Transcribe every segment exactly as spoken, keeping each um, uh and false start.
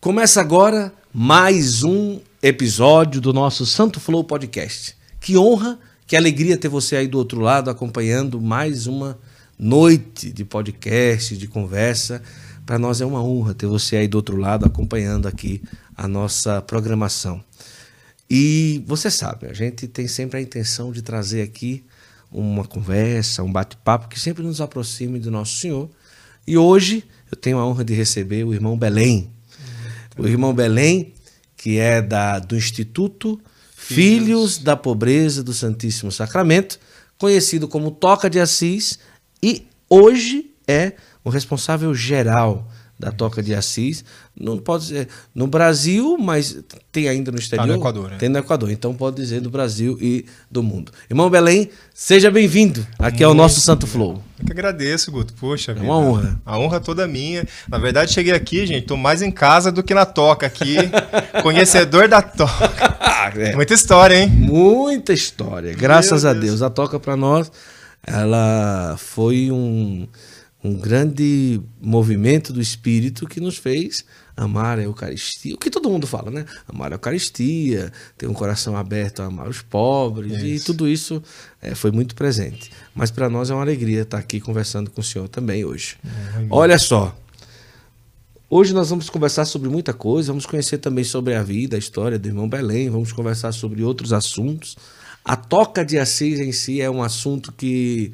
Começa agora mais um episódio do nosso Santo Flow Podcast. Que honra, que alegria ter você aí do outro lado acompanhando mais uma noite de podcast, de conversa. Para nós é uma honra ter você aí do outro lado acompanhando aqui a nossa programação. E você sabe, a gente tem sempre a intenção de trazer aqui uma conversa, um bate-papo que sempre nos aproxime do nosso Senhor. E hoje eu tenho a honra de receber o irmão Belém. O irmão Belém, que é da, do Instituto Filhos. Filhos da Pobreza do Santíssimo Sacramento, conhecido como Toca de Assis, e hoje é o responsável geral da Toca de Assis. Não pode dizer no Brasil, mas tem ainda no exterior. Tá no Equador, né? Tem no Equador, então pode dizer do Brasil e do mundo. Irmão Belém, seja bem-vindo aqui ao nosso Santo Flow. Eu que agradeço, Guto. Poxa, é vida. uma honra. A honra toda minha. Na verdade, cheguei aqui, gente, tô mais em casa do que na Toca aqui. Conhecedor da Toca. é. Muita história, hein? Muita história. Graças Meu a Deus. Deus. A Toca para nós, ela foi um, um grande movimento do Espírito que nos fez amar a Eucaristia. O que todo mundo fala, né? Amar a Eucaristia, ter um coração aberto a amar os pobres. Isso. E tudo isso é, foi muito presente. Mas para nós é uma alegria estar aqui conversando com o senhor também hoje. É, Olha só. Hoje nós vamos conversar sobre muita coisa. Vamos conhecer também sobre a vida, a história do irmão Belém. Vamos conversar sobre outros assuntos. A Toca de Assis em si é um assunto que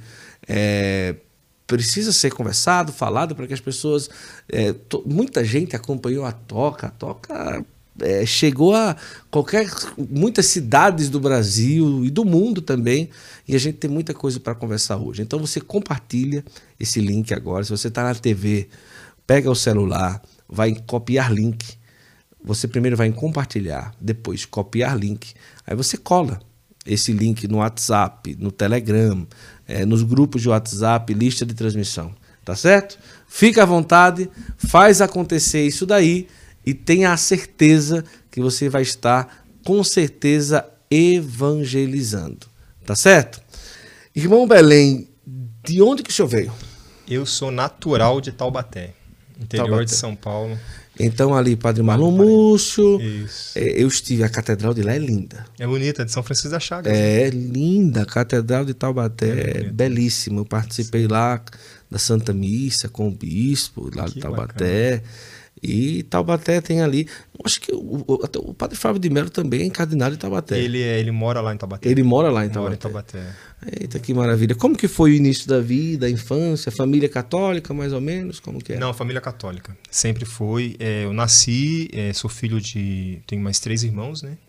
é, precisa ser conversado, falado, para que as pessoas... É, to, muita gente acompanhou a Toca. A Toca é, chegou a qualquer, muitas cidades do Brasil e do mundo também, e a gente tem muita coisa para conversar hoje. Então você compartilha esse link agora. Se você está na T V, pega o celular, vai em copiar link. Você primeiro vai em compartilhar, depois copiar link. Aí você cola esse link no WhatsApp, no Telegram, é, nos grupos de WhatsApp, lista de transmissão, tá certo? Fica à vontade, faz acontecer isso daí e tenha a certeza que você vai estar, com certeza, evangelizando, tá certo? Irmão Belém, de onde que o senhor veio? Eu sou natural de Taubaté, interior Taubaté. de São Paulo. Então ali, Padre Marlon Múcio, Isso. É, eu estive, a catedral de lá é linda. É bonita, de São Francisco da Chagas. É, né? Linda, a catedral de Taubaté é, é belíssima. Eu participei Sim. lá da Santa Missa com o bispo lá que de Taubaté. Bacana. E Taubaté tem ali, acho que o, o, o Padre Fábio de Mello também é encardinado em Taubaté. Ele, é, ele mora lá em Taubaté. Ele mora lá em Taubaté. Mora em Taubaté. Eita, que maravilha. Como que foi o início da vida, a infância, família católica, mais ou menos? Como que é? Não, família católica. Sempre foi. É, eu nasci, é, sou filho de... Tenho mais três irmãos, né?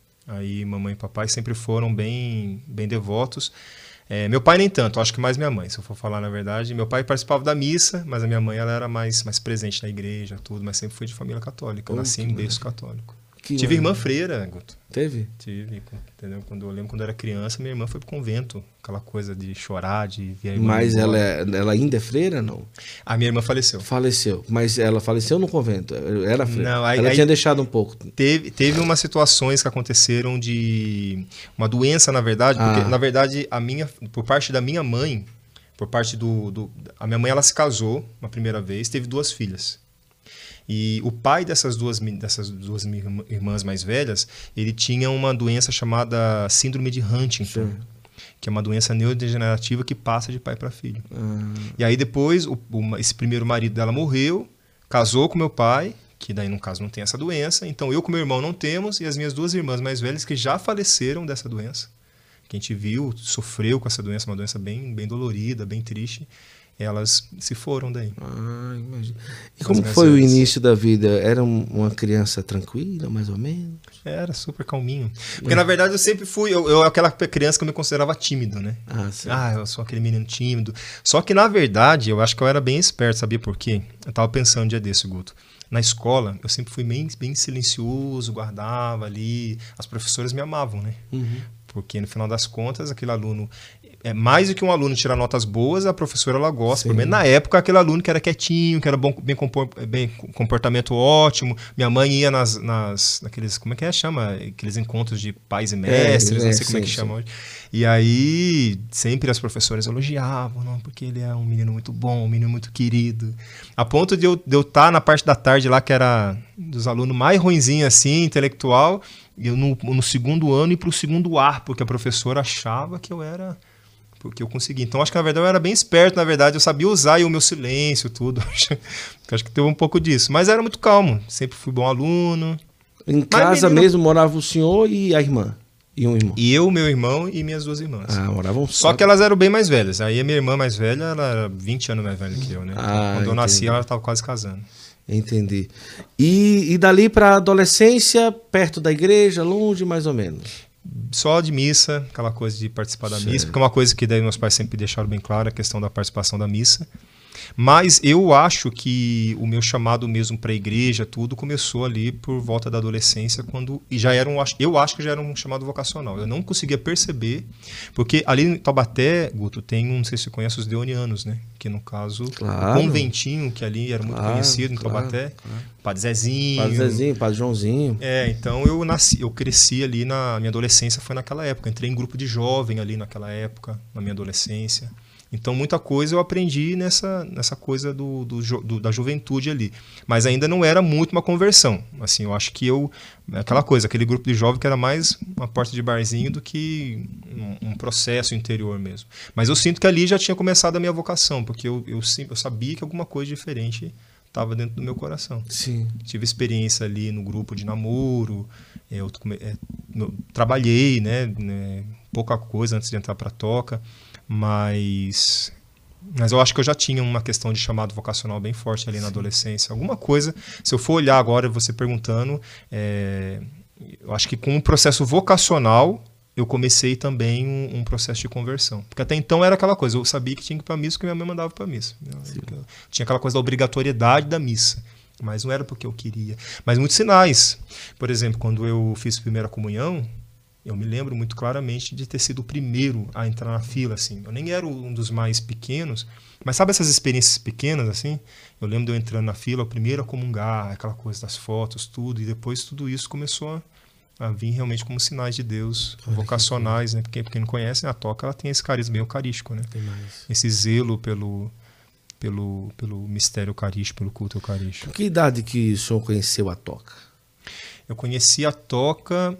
Aí mamãe e papai sempre foram bem, bem devotos. É, meu pai nem tanto, acho que mais minha mãe, se eu for falar na verdade. Meu pai participava da missa, mas a minha mãe ela era mais, mais presente na igreja, tudo, mas sempre fui de família católica. Eu oh, nasci em berço católico. Que Tive maravilha. Irmã freira, Guto. Teve? Tive, entendeu? Quando eu lembro quando eu era criança, minha irmã foi pro convento. Aquela coisa de chorar, de ver a irmã. Mas ela, é, ela ainda é freira, não? A minha irmã faleceu. Faleceu. Mas ela faleceu no convento? Era freira? Não, aí, ela aí tinha deixado um pouco. Teve, teve umas situações que aconteceram de... Uma doença, na verdade. Porque, ah. na verdade, a minha, por parte da minha mãe, por parte do, do... A minha mãe, ela se casou uma primeira vez, teve duas filhas. E o pai dessas duas, dessas duas irmãs mais velhas, ele tinha uma doença chamada síndrome de Huntington, Sim. que é uma doença neurodegenerativa que passa de pai para filho. Hum. E aí depois, o, o, esse primeiro marido dela morreu, casou com meu pai, que daí no caso não tem essa doença, então eu com meu irmão não temos, e as minhas duas irmãs mais velhas que já faleceram dessa doença, que a gente viu, sofreu com essa doença, uma doença bem, bem dolorida, bem triste, elas se foram daí. Ah, imagina. E como foi o início da vida? Era uma criança tranquila, mais ou menos? Era super calminho. Porque, é. na verdade, eu sempre fui... Eu, eu aquela criança que eu me considerava tímido, né? Ah, sim. Ah, eu sou aquele menino tímido. Só que, na verdade, eu acho que eu era bem esperto, sabia por quê? Eu tava pensando um dia desse, Guto. Na escola, eu sempre fui bem, bem silencioso, guardava ali. As professoras me amavam, né? Uhum. Porque, no final das contas, aquele aluno... é mais do que um aluno tirar notas boas, a professora ela gosta. Pelo menos na época, aquele aluno que era quietinho, que era bom, bem, compor, bem comportamento ótimo. Minha mãe ia nas, nas naqueles, como é que é? Chama? Aqueles encontros de pais e mestres, é, não sei é, como sim, é que chama hoje. E aí, sempre as professoras elogiavam, não, porque ele é um menino muito bom, um menino muito querido. A ponto de eu estar de eu tá na parte da tarde lá, que era dos alunos mais ruinzinhos assim, intelectual, eu no, no segundo ano e para o segundo ar, porque a professora achava que eu era... porque eu consegui. Então, acho que, na verdade, eu era bem esperto, na verdade, eu sabia usar e o meu silêncio, tudo. Acho que teve um pouco disso. Mas era muito calmo, sempre fui bom aluno. Em casa menino... mesmo morava o senhor e a irmã? E um irmão? E eu, meu irmão e minhas duas irmãs. Ah, moravam só. Só que elas eram bem mais velhas. Aí a minha irmã mais velha, ela era vinte anos mais velha que eu, né? Ah, quando eu nasci, ela estava quase casando. Entendi. E, e dali para a adolescência, perto da igreja, longe mais ou menos? Só de missa, aquela coisa de participar da certo. missa, porque é uma coisa que daí meus pais sempre deixaram bem clara, a questão da participação da missa. Mas eu acho que o meu chamado mesmo para a igreja, tudo começou ali por volta da adolescência, quando e já era um, eu acho que já era um chamado vocacional. Eu não conseguia perceber, porque ali em Taubaté, Guto, tem, não sei se você conhece os deonianos, né? Que no caso, claro. o conventinho, que ali era muito claro, conhecido em Taubaté, claro, claro. Padre Zezinho. Padre Zezinho, Padre Joãozinho. É, então eu nasci, eu cresci ali na minha adolescência, foi naquela época. Entrei em grupo de jovem ali naquela época, na minha adolescência. Então, muita coisa eu aprendi nessa, nessa coisa do, do, do, da juventude ali. Mas ainda não era muito uma conversão. Assim, eu acho que eu... Aquela coisa, aquele grupo de jovem que era mais uma porta de barzinho do que um, um processo interior mesmo. Mas eu sinto que ali já tinha começado a minha vocação, porque eu, eu, eu sabia que alguma coisa diferente estava dentro do meu coração. Sim. Tive experiência ali no grupo de namoro, eu, eu, eu trabalhei, né, né, pouca coisa antes de entrar para a toca. Mas, mas eu acho que eu já tinha uma questão de chamado vocacional bem forte ali na Sim. adolescência. Alguma coisa, se eu for olhar agora, você perguntando, é, eu acho que com um processo vocacional, eu comecei também um, um processo de conversão. Porque até então era aquela coisa, eu sabia que tinha que ir para a missa porque minha mãe mandava para a missa. Eu, tinha aquela coisa da obrigatoriedade da missa. Mas não era porque eu queria. Mas muitos sinais. Por exemplo, quando eu fiz a primeira comunhão, eu me lembro muito claramente de ter sido o primeiro a entrar na fila, assim. Eu nem era um dos mais pequenos, mas sabe essas experiências pequenas, assim? Eu lembro de eu entrando na fila, o primeiro a comungar, aquela coisa das fotos, tudo, e depois tudo isso começou a, a vir realmente como sinais de Deus, Olha vocacionais, né? Porque quem não conhece, a toca ela tem esse carisma bem eucarístico, né? Tem mais. Esse zelo pelo, pelo, pelo mistério eucarístico, pelo culto eucarístico. Com que idade que o senhor conheceu a toca? Eu conheci a toca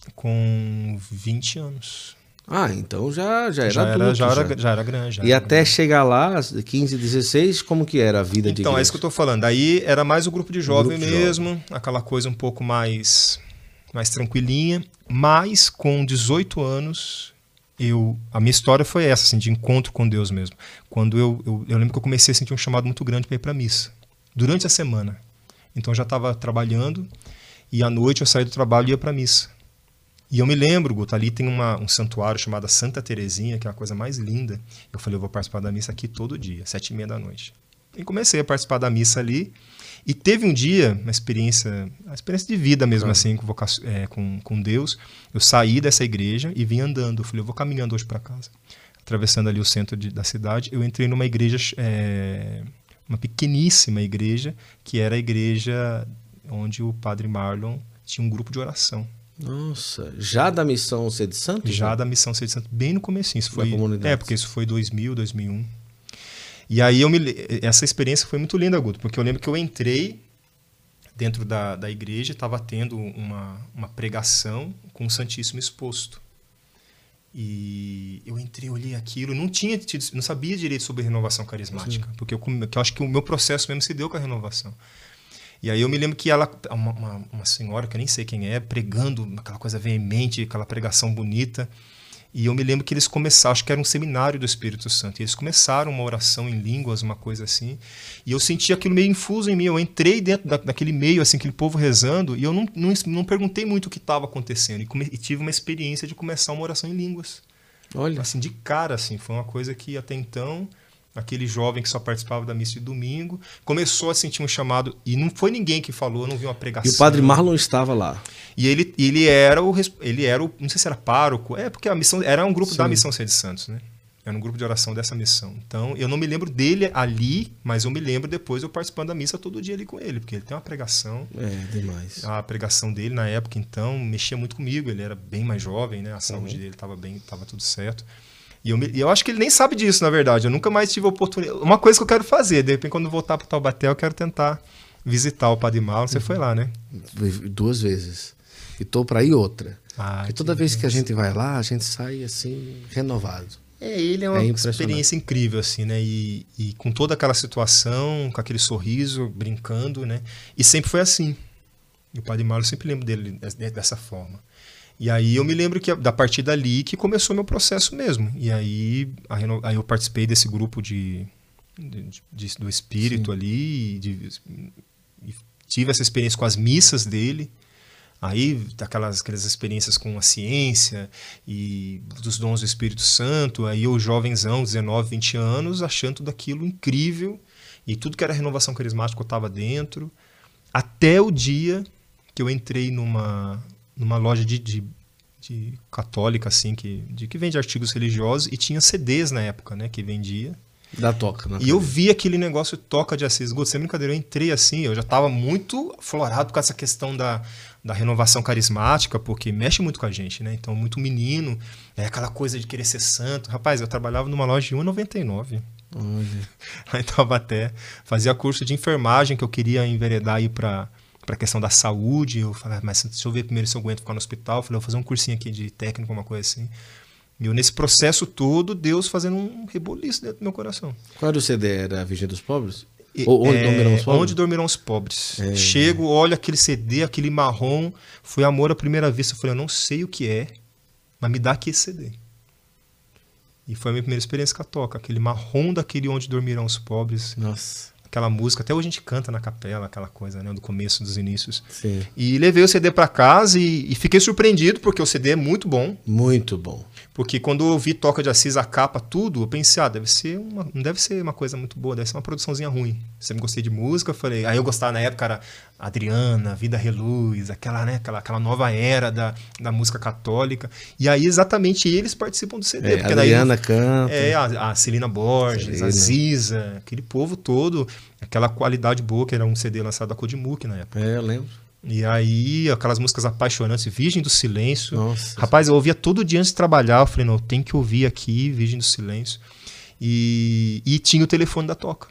com vinte anos. Ah, então já, já era já adulto. Era, já, já. Era, já era grande. Já e era até grande. chegar lá, quinze, dezesseis, como que era a vida então, de igreja? Então, é isso que eu estou falando. Aí era mais o grupo de jovem grupo mesmo, jovem. Aquela coisa um pouco mais, mais tranquilinha. Mas com dezoito anos, eu, a minha história foi essa, assim, de encontro com Deus mesmo. Quando eu, eu, eu lembro que eu comecei a sentir um chamado muito grande para ir para a missa. Durante a semana. Então, eu já estava trabalhando e à noite eu saía do trabalho e ia para a missa. E eu me lembro, Guto, ali tem uma, um santuário chamado Santa Terezinha, que é a coisa mais linda. Eu falei, eu vou participar da missa aqui todo dia, sete e meia da noite. E comecei a participar da missa ali. E teve um dia, uma experiência, uma experiência de vida mesmo, claro. assim, com, é, com, com Deus. Eu saí dessa igreja e vim andando. Eu falei, eu vou caminhando hoje para casa. Atravessando ali o centro de, da cidade, eu entrei numa igreja, é, uma pequeníssima igreja, que era a igreja onde o padre Marlon tinha um grupo de oração. Nossa, já da missão Ser de Santo? Já né? da missão Ser de Santo, bem no comecinho. Isso foi, da comunidade. É, porque isso foi dois mil, dois mil e um. E aí eu me, essa experiência foi muito linda, Guto, porque eu lembro que eu entrei dentro da, da igreja, estava tendo uma, uma pregação com o Santíssimo exposto. E eu entrei, olhei aquilo, não tinha tido, não sabia direito sobre renovação carismática, Sim. porque eu, eu acho que o meu processo mesmo se deu com a renovação. E aí eu me lembro que ela, uma, uma, uma senhora, que eu nem sei quem é, pregando aquela coisa veemente, aquela pregação bonita. E eu me lembro que eles começaram, acho que era um seminário do Espírito Santo, e eles começaram uma oração em línguas, uma coisa assim. E eu senti aquilo meio infuso em mim, eu entrei dentro da, daquele meio, assim, aquele povo rezando, e eu não, não, não perguntei muito o que estava acontecendo. E, come, e tive uma experiência de começar uma oração em línguas. Olha. Assim, de cara, assim, foi uma coisa que até então... Aquele jovem que só participava da missa de domingo, começou a sentir um chamado, e não foi ninguém que falou, não viu uma pregação. E o padre Marlon estava lá. E ele, ele era o, ele era o, não sei se era pároco, é porque a missão, era um grupo Sim. da missão Ser de Santos, né? Era um grupo de oração dessa missão. Então, eu não me lembro dele ali, mas eu me lembro depois eu participando da missa todo dia ali com ele, porque ele tem uma pregação. É, demais. A pregação dele na época, então, mexia muito comigo. Ele era bem mais jovem, né? A saúde uhum. dele estava bem, estava tudo certo. E eu, me, e eu acho que ele nem sabe disso, na verdade. Eu nunca mais tive a oportunidade. Uma coisa que eu quero fazer, de repente, quando eu voltar para o Taubaté, eu quero tentar visitar o Padre Marlon. Você uhum. foi lá, né? Duas vezes. E tô para ir outra. Ah, porque toda vez que a gente vai lá, a gente sai assim, renovado. É, ele é uma é experiência incrível, assim, né? E, e com toda aquela situação, com aquele sorriso, brincando, né? E sempre foi assim. E o Padre Marlon, eu sempre lembro dele dessa forma. E aí eu me lembro que da partir dali que começou meu processo mesmo. E aí, a reno... aí eu participei desse grupo de, de, de do espírito Sim. ali, e, de, e tive essa experiência com as missas dele. Aí, aquelas, aquelas experiências com a ciência e dos dons do Espírito Santo, aí eu jovenzão, dezenove, vinte anos, achando tudo aquilo incrível, e tudo que era renovação carismática eu estava dentro, até o dia que eu entrei numa, numa loja de, de, de católica, assim, que, de, que vende artigos religiosos, e tinha C Ds na época, né, que vendia. Da Toca, né? E eu vi aquele negócio Toca de Assis. Sem brincadeira, eu entrei assim, eu já estava muito aflorado com essa questão da, da renovação carismática, porque mexe muito com a gente, né? Então, muito menino, é aquela coisa de querer ser santo. Rapaz, eu trabalhava numa loja de um real e noventa e nove centavos. Lá em Taubaté. Fazia curso de enfermagem, que eu queria enveredar aí para a questão da saúde. Eu falei, mas deixa eu ver primeiro se eu aguento ficar no hospital. Eu falei, vou fazer um cursinho aqui de técnico, uma coisa assim. E eu, nesse processo todo, Deus fazendo um reboliço dentro do meu coração. Qual era o C D? Era a Virgem dos Pobres? E, Ou Onde é, Dormirão os Pobres? Onde Dormirão os Pobres. É. Chego, olho aquele C D, aquele marrom. Foi amor à primeira vista. Eu falei, eu não sei o que é, mas me dá aqui esse C D. E foi a minha primeira experiência com a Toca. Aquele marrom daquele Onde Dormirão os Pobres. Nossa. Aquela música, até hoje a gente canta na capela, aquela coisa, né, do começo, dos inícios. Sim. E levei o C D para casa e, e fiquei surpreendido, porque o C D é muito bom. Muito bom. Porque quando eu vi Toca de Assis, a capa, tudo, eu pensei, ah, deve ser uma, não deve ser uma coisa muito boa, deve ser uma produçãozinha ruim. Sempre gostei de música, falei, aí eu gostava na época, era Adriana, Vida Reluz, aquela, né, aquela, aquela nova era da, da música católica. E aí exatamente eles participam do C D. É, porque a Adriana daí, canta. É, a, a Celina Borges, Celina. A Ziza, aquele povo todo, aquela qualidade boa, que era um C D lançado da Codimuc na época. É, eu lembro. E aí, aquelas músicas apaixonantes, Virgem do Silêncio. Nossa. Rapaz, eu ouvia todo dia antes de trabalhar. Eu falei, não, tem que ouvir aqui, Virgem do Silêncio. E, e tinha o telefone da Toca.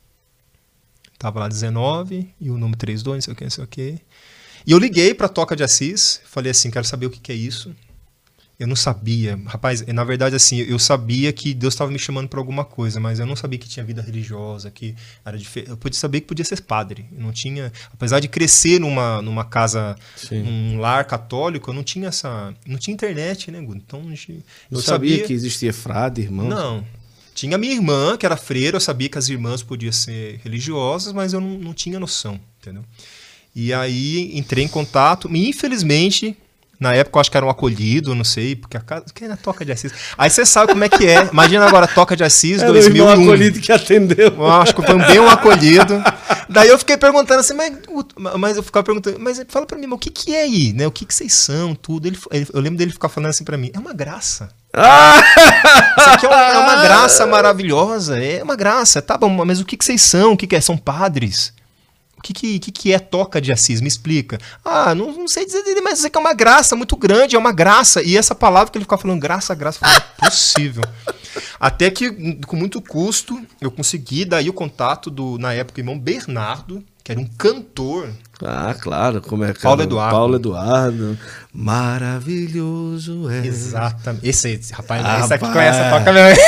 Tava lá dezenove e o número trinta e dois, não sei o que, não sei o que. E eu liguei pra Toca de Assis, falei assim, quero saber o que, que é isso. Eu não sabia. Rapaz, na verdade, assim, eu sabia que Deus estava me chamando para alguma coisa, mas eu não sabia que tinha vida religiosa, que era diferente. Eu podia saber que podia ser padre. Eu não tinha, apesar de crescer numa, numa casa, Sim. num lar católico, eu não tinha essa, não tinha internet, né, Guto? Então, eu não sabia, sabia que existia frade, irmão. Não. Tinha minha irmã, que era freira, eu sabia que as irmãs podiam ser religiosas, mas eu não, não tinha noção, entendeu? E aí entrei em contato, e infelizmente, na época eu acho que era um acolhido, não sei, porque a casa... Que é na Toca de Assis? Aí você sabe como é que é. Imagina agora, Toca de Assis, era dois mil e um. Era um acolhido que atendeu. Eu acho que foi um bem um acolhido. Daí eu fiquei perguntando assim, mas, mas eu ficava perguntando, mas fala pra mim, mas o que que é aí? Né? O que que vocês são, tudo? Ele, ele, eu lembro dele ficar falando assim pra mim, é uma graça. Ah! Isso aqui é uma, é uma graça maravilhosa, é uma graça. Tá bom, mas o que que vocês são? O que que é? São padres? O que, que, que, que é Toca de Assis? Me explica. Ah, não, não sei dizer, mas isso aqui é uma graça muito grande, é uma graça. E essa palavra que ele ficava falando, graça, graça, não é possível. Até que, com muito custo, eu consegui daí o contato do, na época, o irmão Bernardo, que era um cantor. Ah, claro, como é que Paulo Eduardo. Paulo Eduardo. Maravilhoso é. Exatamente. Esse aí, rapaz, ah, esse aqui conhece a Toca mesmo.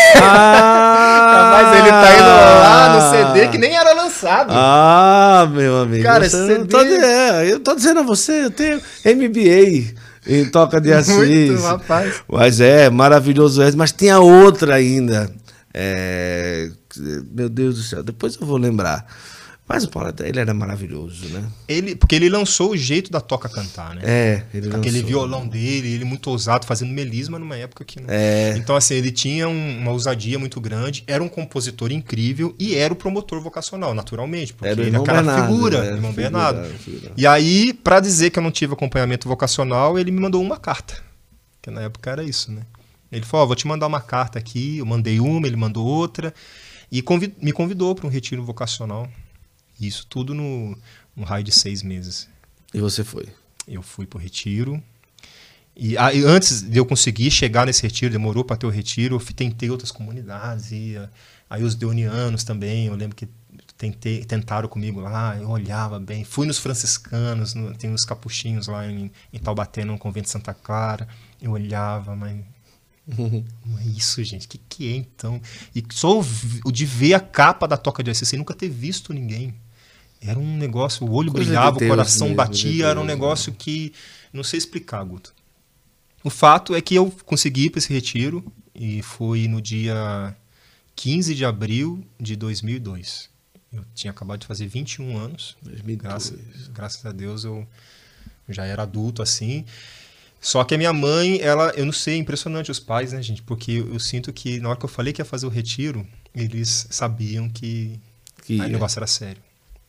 Ah, rapaz, ele tá indo lá no C D que nem era lançado. Ah, meu amigo. Cara, esse C D... Tô, é, eu tô dizendo a você, eu tenho M B A em Toca de Assis. Muito, rapaz. Mas é, maravilhoso é. Mas tem a outra ainda. É, meu Deus do céu, depois eu vou lembrar. Mas o Paulo, ele era maravilhoso, né? Ele, porque ele lançou o jeito da Toca cantar, né? É, ele lançou. Aquele violão dele, ele muito ousado, fazendo melisma numa época que... Não... É. Então, assim, ele tinha um, uma ousadia muito grande, era um compositor incrível e era o promotor vocacional, naturalmente. Porque era ele é aquela Bernardo, figura, é, irmão figura, Bernardo. Figura. E aí, pra dizer que eu não tive acompanhamento vocacional, ele me mandou uma carta. Que na época era isso, né? Ele falou, oh, vou te mandar uma carta aqui. Eu mandei uma, ele mandou outra. E convid- me convidou para um retiro vocacional. Isso tudo no, no raio de seis meses. E você foi? Eu fui para o retiro. E, ah, e antes de eu conseguir chegar nesse retiro, demorou para ter o retiro, eu tentei outras comunidades. E, aí os deonianos também, eu lembro que tentei, tentaram comigo lá, eu olhava bem. Fui nos franciscanos, no, tem uns capuchinhos lá em, em Taubaté, no convento de Santa Clara. Eu olhava, mas... Não é isso, gente. O que, que é, então? E só o de ver a capa da Toca de Assis, sem nunca ter visto ninguém. Era um negócio, o olho Coisa brilhava, de Deus o coração mesmo, batia, de era um Deus, negócio né? que... Não sei explicar, Guto. O fato é que eu consegui ir para esse retiro e foi no dia quinze de abril de dois mil e dois. Eu tinha acabado de fazer vinte e um anos. dois mil e dois. Graças, graças a Deus eu já era adulto assim. Só que a minha mãe, ela, eu não sei, é impressionante os pais, né, gente? Porque eu, eu sinto que na hora que eu falei que ia fazer o retiro, eles sabiam que, Que aí o negócio era sério.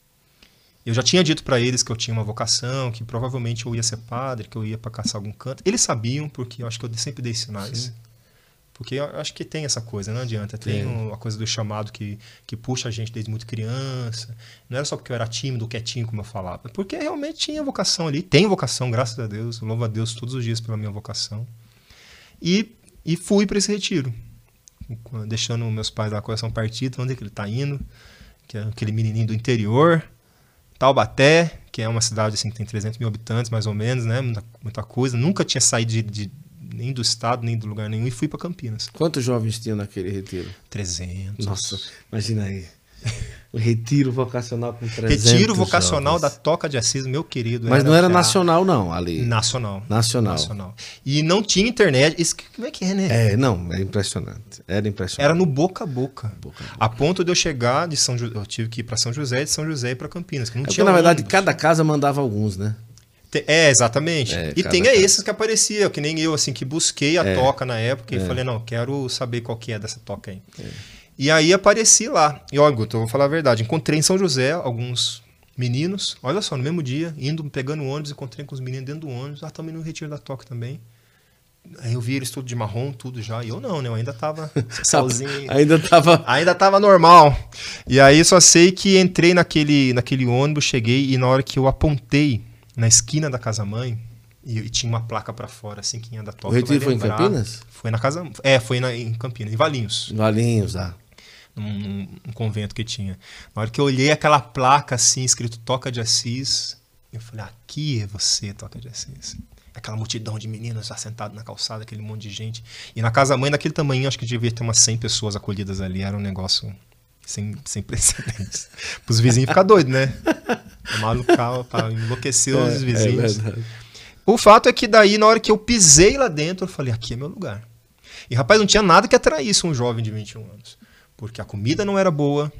Eu já tinha dito para eles que eu tinha uma vocação, que provavelmente eu ia ser padre, que eu ia para caçar algum canto. Eles sabiam, porque eu acho que eu sempre dei sinais. Sim. Porque eu acho que tem essa coisa, não adianta. Tem um, a coisa do chamado que, que puxa a gente desde muito criança. Não era só porque eu era tímido, quietinho, como eu falava. Porque realmente tinha vocação ali. Tem vocação, graças a Deus. Eu louvo a Deus todos os dias pela minha vocação. E, e fui para esse retiro. Deixando meus pais lá com o coração partido. Onde é que ele está indo? Que é aquele menininho do interior. Taubaté, que é uma cidade assim, que tem trezentos mil habitantes, mais ou menos, né? Muita, muita coisa. Nunca tinha saído de, de, nem do estado, nem do lugar nenhum, e fui para Campinas. Quantos jovens tinham naquele retiro? trezentos. Nossa, imagina aí. O retiro vocacional com trezentos Retiro vocacional jovens. da Toca de Assis, meu querido. Mas era não era a... nacional, não, ali. Nacional. Nacional. Nacional. E não tinha internet. Isso, como é que é, né? É, não, é impressionante. Era impressionante. Era no boca a boca. Boca a boca. A ponto de eu chegar de São José, eu tive que ir para São José, de São José e para Campinas. Que não É porque, tinha na verdade, ônibus. cada casa mandava alguns, né? É, exatamente. É, e cada tem casa. esses que apareciam, que nem eu, assim, que busquei a É. toca na época e É. falei, não, quero saber qual que é dessa toca aí. É. E aí apareci lá. E olha, Guto, eu vou falar a verdade. Encontrei em São José alguns meninos, olha só, no mesmo dia, indo, pegando o ônibus, encontrei com os meninos dentro do ônibus. Ah, também no retiro da toca também. Aí eu vi eles tudo de marrom, tudo já. E eu não, né? Eu ainda tava sozinho. Ainda tava... Ainda tava normal. E aí só sei que entrei naquele, naquele ônibus, cheguei e na hora que eu apontei na esquina da casa-mãe, e, e tinha uma placa pra fora, assim, quem é da toca. O retiro vai foi em lembrar. Campinas? Foi na casa... É, foi na, em Campinas, em Valinhos. Valinhos, ah. Num, num, num convento que tinha. Na hora que eu olhei aquela placa, assim, escrito Toca de Assis, eu falei, aqui é você, Toca de Assis. Aquela multidão de meninos assentados na calçada, aquele monte de gente. E na casa-mãe, daquele tamanho, acho que devia ter umas cem pessoas acolhidas ali. Era um negócio sem, sem precedentes. Para os vizinhos ficar doidos, né? Malucar, para enlouquecer É, os vizinhos. É verdade. O fato é que daí, na hora que eu pisei lá dentro, eu falei, aqui é meu lugar. E, rapaz, não tinha nada que atraísse um jovem de vinte e um anos. Porque a comida não era boa.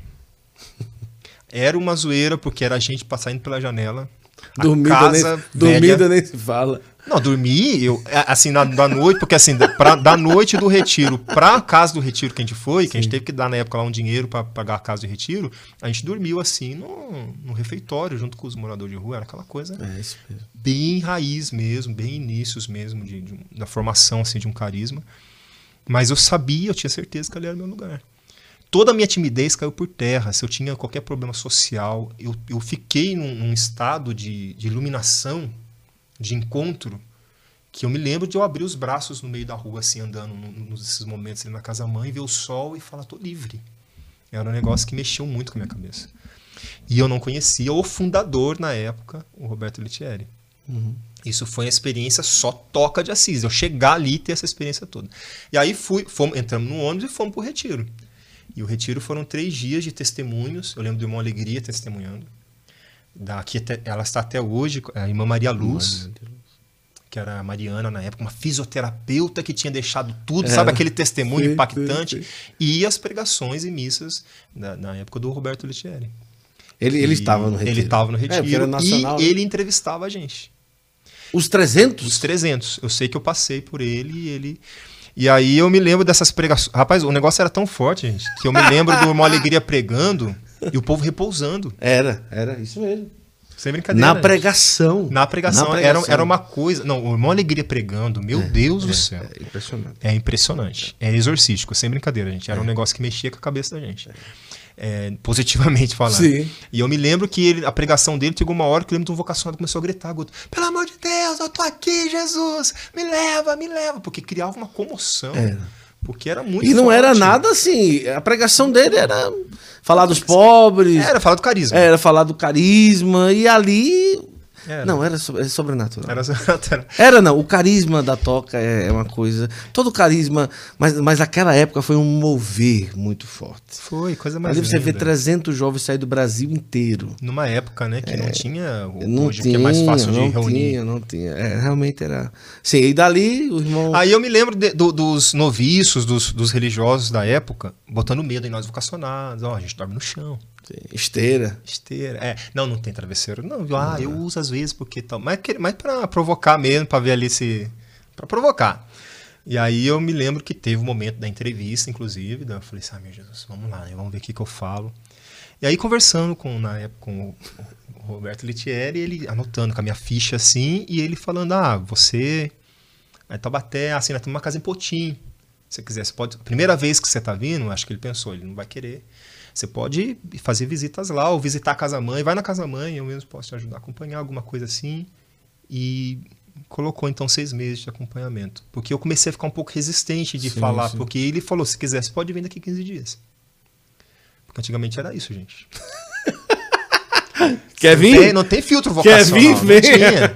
Era uma zoeira, porque era a gente passando pela janela. A Dormida, casa nem, dormida velha. nem se fala. Não, dormi, eu, assim, na, da noite, porque assim, da, pra, da noite do retiro pra casa do retiro que a gente foi, que Sim. a gente teve que dar na época lá um dinheiro pra pagar a casa de retiro, a gente dormiu assim no, no refeitório junto com os moradores de rua, era aquela coisa É isso mesmo. bem raiz mesmo, bem inícios mesmo de, de, da formação assim, de um carisma. Mas eu sabia, eu tinha certeza que ali era o meu lugar. Toda a minha timidez caiu por terra. Se eu tinha qualquer problema social, eu, eu fiquei num, num estado de, de iluminação, de encontro, que eu me lembro de eu abrir os braços no meio da rua, assim, andando nesses momentos ali na casa-mãe, ver o sol e falar, tô livre. Era um negócio que mexeu muito com a minha cabeça. E eu não conhecia o fundador, na época, o Roberto Lettieri. Uhum. Isso foi uma experiência só Toca de Assis. Eu chegar ali e ter essa experiência toda. E aí fui, fomos, entramos no ônibus e fomos pro retiro. E o retiro foram três dias de testemunhos. Eu lembro do irmão Alegria testemunhando. Daqui até, ela está até hoje, a irmã Maria Luz, que era a Mariana na época, uma fisioterapeuta que tinha deixado tudo, É. sabe aquele testemunho Sim, impactante? sim, sim. E as pregações e missas da, na época do Roberto Lettieri. Ele, ele E estava no retiro. Ele estava no É, porque retiro era nacional, e né? ele entrevistava a gente. Os trezentos? Os trezentos. Eu sei que eu passei por ele e ele... E aí eu me lembro dessas pregações. Rapaz, o negócio era tão forte, gente, que eu me lembro do Irmão Alegria pregando e o povo repousando. Era, era isso mesmo. Sem brincadeira. Na pregação. Na pregação. Na pregação. Era, era uma coisa... Não, o Irmão Alegria pregando, meu é, Deus é, do céu. É impressionante. É impressionante. É exorcístico, sem brincadeira, gente. Era é. um negócio que mexia com a cabeça da gente. É, positivamente falando. Sim. E eu me lembro que ele, a pregação dele chegou uma hora que eu lembro de um vocacionado começou a gritar, pelo amor de Deus, eu tô aqui, Jesus, me leva, me leva, porque criava uma comoção. É. Porque era muito E não forte. Era nada assim, a pregação dele era falar dos pobres. Era falar do carisma. Era falar do carisma, e ali... Era. Não, era sobrenatural. Era sobrenatural. Era não, o carisma da Toca é, é uma coisa... Todo carisma, mas, mas naquela época foi um mover muito forte. Foi, coisa mais ali você linda. vê trezentos jovens sair do Brasil inteiro. Numa época, né, que é, não tinha o, não hoje tinha, que é mais fácil de não reunir. Tinha, não tinha, é, realmente era... Sim, e dali o irmão... Aí eu me lembro de, do, dos noviços, dos, dos religiosos da época, botando medo em nós vocacionados. Ó, oh, a gente dorme no chão. Esteira. Esteira. É, não, não tem travesseiro. Não, ah, eu uso às vezes porque tal. Mas, mas pra provocar mesmo, pra ver ali se. Pra provocar. E aí eu me lembro que teve um momento da entrevista, inclusive. Daí eu falei assim, ah, meu Jesus, vamos lá, né, vamos ver o que, que eu falo. E aí conversando com, na época, com o Roberto Litieri, ele anotando com a minha ficha assim, e ele falando, ah, você. Aí Taubaté, assim, nós temos uma casa em Potim. Se você quiser, você pode. Primeira vez que você tá vindo, acho que ele pensou, ele não vai querer. Você pode fazer visitas lá, ou visitar a casa-mãe, vai na casa-mãe, eu mesmo posso te ajudar a acompanhar, alguma coisa assim. E colocou, então, seis meses de acompanhamento. Porque eu comecei a ficar um pouco resistente de sim, falar, sim. Porque ele falou, se quiser, você pode vir daqui quinze dias. Porque antigamente era isso, gente. Quer vir? Não tem, não tem filtro vocacional. Quer vir? Vem. Tinha.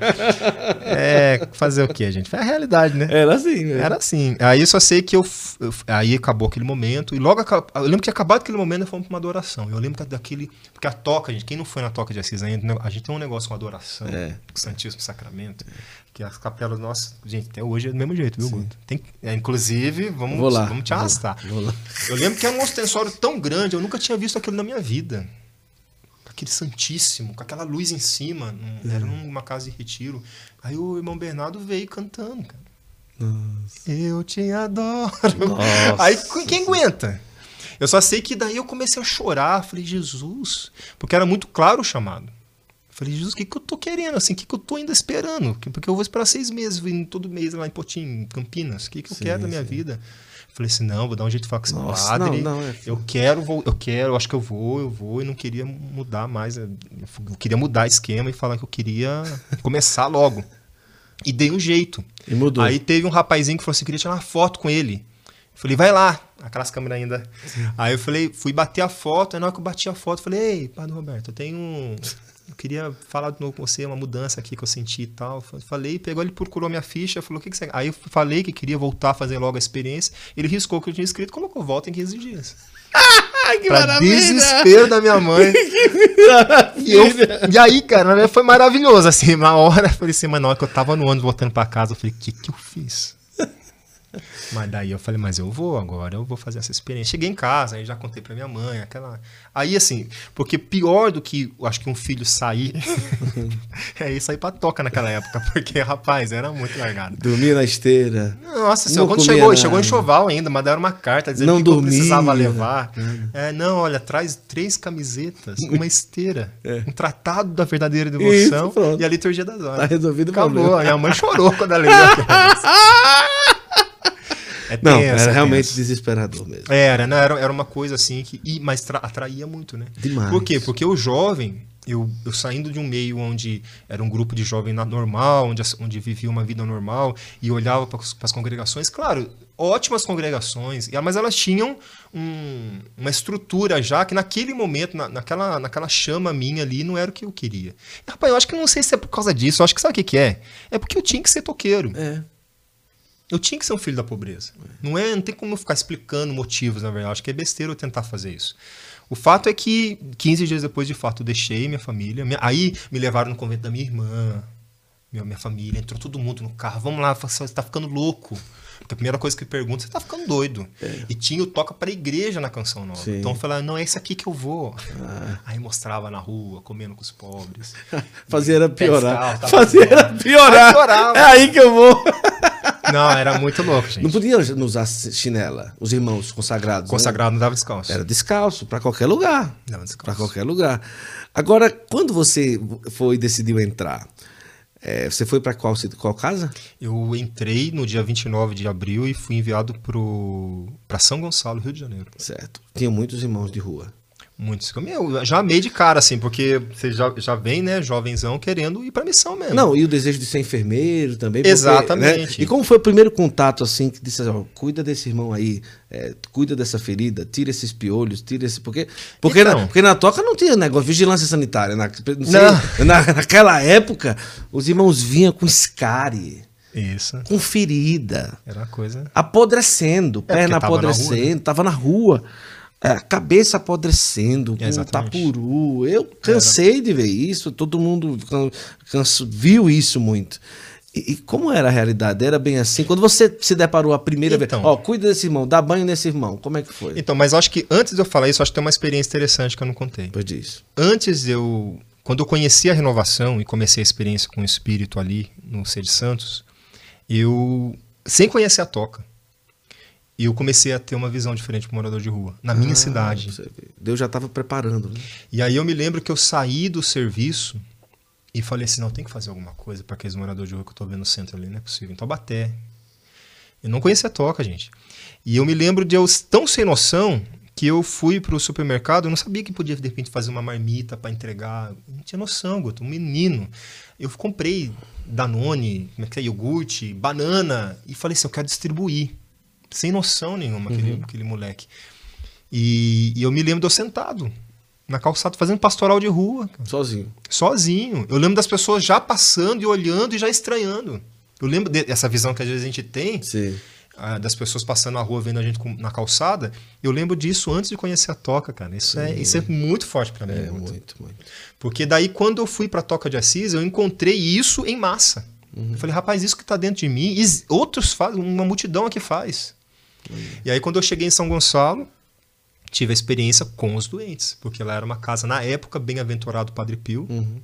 É, fazer o quê, gente? Foi a realidade, né? Era assim. Né? Era assim. Aí eu só sei que eu, eu... Aí acabou aquele momento. E logo... Eu lembro que acabado aquele momento, nós fomos pra uma adoração. Eu lembro que daquele... Porque a Toca, gente... Quem não foi na Toca de Assis ainda... A gente tem um negócio com adoração. É. Com o Santíssimo Sacramento. É. Que as capelas nossas... Gente, até hoje é do mesmo jeito, viu, Guto? Tem, é, inclusive, vamos, vou lá, vamos te arrastar. Vou lá. Eu lembro que era um ostensório tão grande. Eu nunca tinha visto aquilo na minha vida. Aquele santíssimo, com aquela luz em cima, num, era numa casa de retiro. Aí o irmão Bernardo veio cantando, cara. Nossa. Eu te adoro. Nossa. Aí quem aguenta? Eu só sei que daí eu comecei a chorar. Falei, Jesus, porque era muito claro o chamado. Falei, Jesus, o que, que eu tô querendo? Assim, o que, que eu tô ainda esperando? Porque eu vou esperar seis meses, vindo todo mês lá em Potim, em Campinas. O que, que eu sim, quero da minha sim. vida? Falei assim, não, vou dar um jeito de falar com esse Nossa, padre. Não, não, é... Eu quero, vou, eu quero, eu acho que eu vou, eu vou. E não queria mudar mais. Eu queria mudar esquema e falar que eu queria começar logo. E dei um jeito. E mudou. Aí teve um rapazinho que falou assim, queria tirar uma foto com ele. Eu falei, vai lá. Aquelas câmeras ainda. Sim. Aí eu falei, fui bater a foto. Aí na hora que eu bati a foto, eu falei, ei, padre Roberto, eu tenho um... Eu queria falar de novo com você, uma mudança aqui que eu senti e tal. Falei, pegou, ele procurou minha ficha, falou, o que, que você... Aí eu falei que queria voltar a fazer logo a experiência. Ele riscou o que eu tinha escrito e colocou volta em quinze dias. Que pra maravilha! Desespero da minha mãe. Que e, eu, e aí, cara, foi maravilhoso. Assim, uma hora, eu falei assim, mas na hora que eu tava no ônibus voltando pra casa, eu falei, o que que eu fiz? Mas daí eu falei, mas eu vou agora, eu vou fazer essa experiência. Cheguei em casa, aí já contei pra minha mãe, aquela... Aí assim, porque pior do que, eu acho que um filho sair, é isso aí pra Toca naquela época, porque, rapaz, era muito largado. Dormia na esteira. Nossa senhora, quando chegou, nada. chegou em enxoval ainda, mandaram uma carta dizendo não que, dormia, que eu precisava levar. É, não, olha, traz três camisetas, uma esteira, é. um tratado da verdadeira devoção isso, e a liturgia das horas. Tá resolvido o Acabou, problema. A minha mãe chorou quando ela leu aquilo. É não, tenso, era é realmente tenso. desesperador mesmo. Era, não, era, era uma coisa assim, que, e, mas tra, atraía muito, né? Demais. Por quê? Porque o jovem, eu, eu saindo de um meio onde era um grupo de jovem normal, onde, onde vivia uma vida normal, e olhava para as congregações, claro, ótimas congregações, mas elas tinham um, uma estrutura já que naquele momento, na, naquela, naquela chama minha ali, não era o que eu queria. E, rapaz, eu acho que não sei se é por causa disso, eu acho que sabe o que, que é? É porque eu tinha que ser toqueiro. É. Eu tinha que ser um filho da pobreza. Não, é, não tem como eu ficar explicando motivos, na verdade. Acho que é besteira eu tentar fazer isso. O fato é que quinze dias depois, de fato, eu deixei minha família. Minha, aí me levaram no convento da minha irmã, minha, minha família. Entrou todo mundo no carro. Vamos lá, você está ficando louco. Porque a primeira coisa que pergunta, você está ficando doido. É. E tinha o Toca para a igreja na Canção Nova. Sim. Então eu falava, não, é esse aqui que eu vou. Ah. Aí mostrava na rua, comendo com os pobres. Fazia era piorar. Fazia era piorar. É aí que eu vou. Não, era muito louco, gente. Não podia usar chinela, os irmãos consagrados. Consagrado né? não dava descalço. Era descalço, para qualquer lugar. Dava descalço. Para qualquer lugar. Agora, quando você foi decidiu entrar, é, você foi para qual, qual casa? Eu entrei no dia vinte e nove de abril e fui enviado para São Gonçalo, Rio de Janeiro. Certo. Tinha muitos irmãos de rua. Muitos. Eu já amei de cara, assim, porque você já, já vem, né, jovenzão, querendo ir pra missão mesmo. Não, e o desejo de ser enfermeiro também. Porque, exatamente. Né? E como foi o primeiro contato, assim, que disse, ó, cuida desse irmão aí, é, cuida dessa ferida, tira esses piolhos, tira esse... Porque, porque, então, na, porque na toca não tinha negócio, vigilância sanitária. Na, não sei, não. Na, naquela época, os irmãos vinham com escárie. Isso. Com ferida. Era uma coisa... Apodrecendo, é, perna apodrecendo, rua, né? tava na rua. A cabeça apodrecendo, com um tapuru. Eu cansei era. de ver isso, todo mundo canso, viu isso muito. E, e como era a realidade? Era bem assim? Quando você se deparou a primeira então, vez, ó, cuida desse irmão, dá banho nesse irmão, como é que foi? Então, mas acho que antes de eu falar isso, acho que tem uma experiência interessante que eu não contei. Pois diz. Antes de eu... Quando eu conheci a renovação e comecei a experiência com o Espírito ali, no C de Santos, eu, sem conhecer a toca, e eu comecei a ter uma visão diferente para o morador de rua, na minha ah, cidade. Deus já estava preparando. Né? E aí eu me lembro que eu saí do serviço e falei assim, não, tem que fazer alguma coisa para aqueles moradores de rua que eu estou vendo no centro ali, não é possível. Em Taubaté. Eu não conhecia a toca, gente. E eu me lembro de eu tão sem noção que eu fui para o supermercado, eu não sabia que podia, de repente, fazer uma marmita para entregar. Eu não tinha noção, Guto, um menino. Eu comprei Danone, como é que é, iogurte, banana, e falei assim, eu quero distribuir. Sem noção nenhuma, aquele, uhum. aquele moleque. E, e eu me lembro de eu sentado na calçada fazendo pastoral de rua. Sozinho? Sozinho. Eu lembro das pessoas já passando e olhando e já estranhando. Eu lembro dessa visão que às vezes a gente tem, uh, das pessoas passando na rua, vendo a gente com, na calçada. Eu lembro disso antes de conhecer a toca, cara. Isso, é, isso é muito forte pra mim. É, muito, muito, muito. Porque daí, quando eu fui pra Toca de Assis, eu encontrei isso em massa. Uhum. Eu falei, rapaz, isso que tá dentro de mim, outros fazem, uma multidão aqui faz. E aí quando eu cheguei em São Gonçalo, tive a experiência com os doentes, porque lá era uma casa, na época, Bem-aventurado Padre Pio, uhum.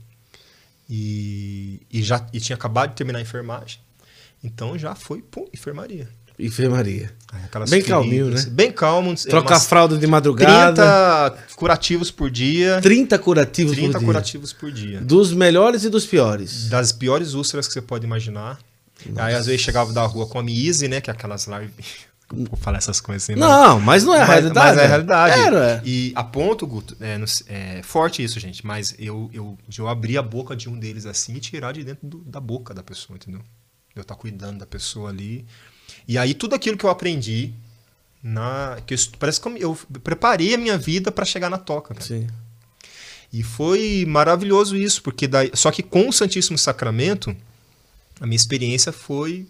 e, e, já, e tinha acabado de terminar a enfermagem, então já foi, pum, enfermaria. Enfermaria. Aí, bem calminho, né? Bem calmo. Trocar fralda de madrugada. trinta curativos por dia. trinta curativos trinta por dia. curativos por dia. Dos melhores e dos piores. Das piores úlceras que você pode imaginar. Nossa. Aí às vezes chegava da rua com a Miise, né, que é aquelas larvas... Vou falar essas coisas assim. Não, mas não é a mas, realidade. Mas é a realidade. Era. E a ponto, Guto, é, é forte isso, gente, mas eu, eu, eu abri a boca de um deles assim e tirar de dentro do, da boca da pessoa, entendeu? Eu estar cuidando da pessoa ali. E aí tudo aquilo que eu aprendi, na, que eu, parece que eu, eu preparei a minha vida para chegar na toca. Cara. Sim. E foi maravilhoso isso, porque daí, só que com o Santíssimo Sacramento, a minha experiência foi...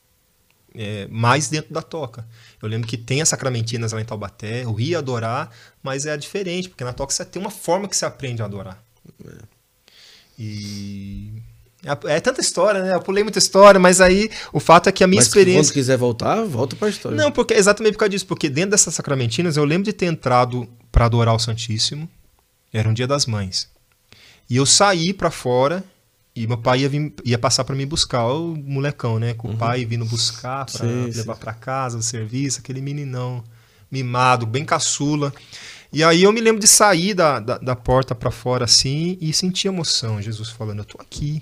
É, mais dentro da toca. Eu lembro que tem as sacramentinas lá em Taubaté, eu ia adorar, mas é diferente, porque na toca você tem uma forma que você aprende a adorar. É. E... É, é tanta história, né? Eu pulei muita história, mas aí o fato é que a minha mas experiência... quando quiser voltar, volta para a história. Não, porque exatamente por causa disso, porque dentro dessas sacramentinas eu lembro de ter entrado para adorar o Santíssimo, era um dia das mães, e eu saí para fora... E meu pai ia, vir, ia passar para me buscar, o molecão, né? Com uhum. o pai vindo buscar para levar para casa, do serviço, aquele meninão mimado, bem caçula. E aí eu me lembro de sair da, da, da porta para fora assim e sentir emoção. Jesus falando, eu tô aqui.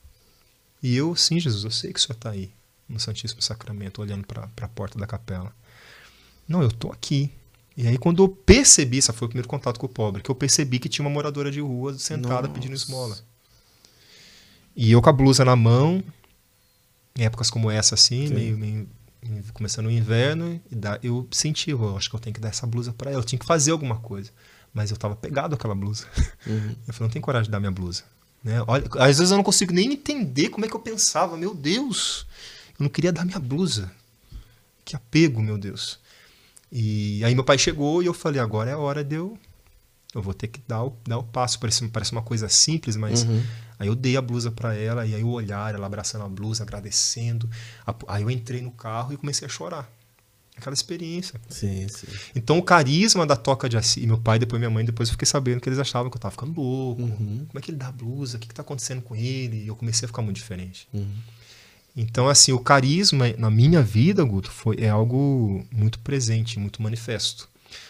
E eu, sim, Jesus, eu sei que o Senhor tá aí, no Santíssimo Sacramento, olhando para a porta da capela. Não, eu tô aqui. E aí quando eu percebi, esse foi o primeiro contato com o pobre, que eu percebi que tinha uma moradora de rua sentada Nossa. pedindo esmola. E eu com a blusa na mão, em épocas como essa, assim, meio, meio, começando o inverno, e dá, eu senti, eu acho que eu tenho que dar essa blusa para ela, eu tinha que fazer alguma coisa. Mas eu estava pegado àquela blusa. Uhum. Eu falei, não tenho coragem de dar minha blusa. Né? Olha, às vezes eu não consigo nem entender como é que eu pensava, meu Deus, eu não queria dar minha blusa. Que apego, meu Deus. E aí meu pai chegou e eu falei, agora é a hora de eu... Eu vou ter que dar o, dar o passo. Parece, parece uma coisa simples, mas... Uhum. Aí eu dei a blusa para ela, e aí o olhar, ela abraçando a blusa, agradecendo. Aí eu entrei no carro e comecei a chorar. Aquela experiência. Sim, sim. Então o carisma da Toca de Assis, e meu pai, depois minha mãe, depois eu fiquei sabendo que eles achavam que eu tava ficando louco. Uhum. Como é que ele dá a blusa? O que que tá acontecendo com ele? E eu comecei a ficar muito diferente. Uhum. Então, assim, o carisma na minha vida, Guto, foi, é algo muito presente, muito manifesto,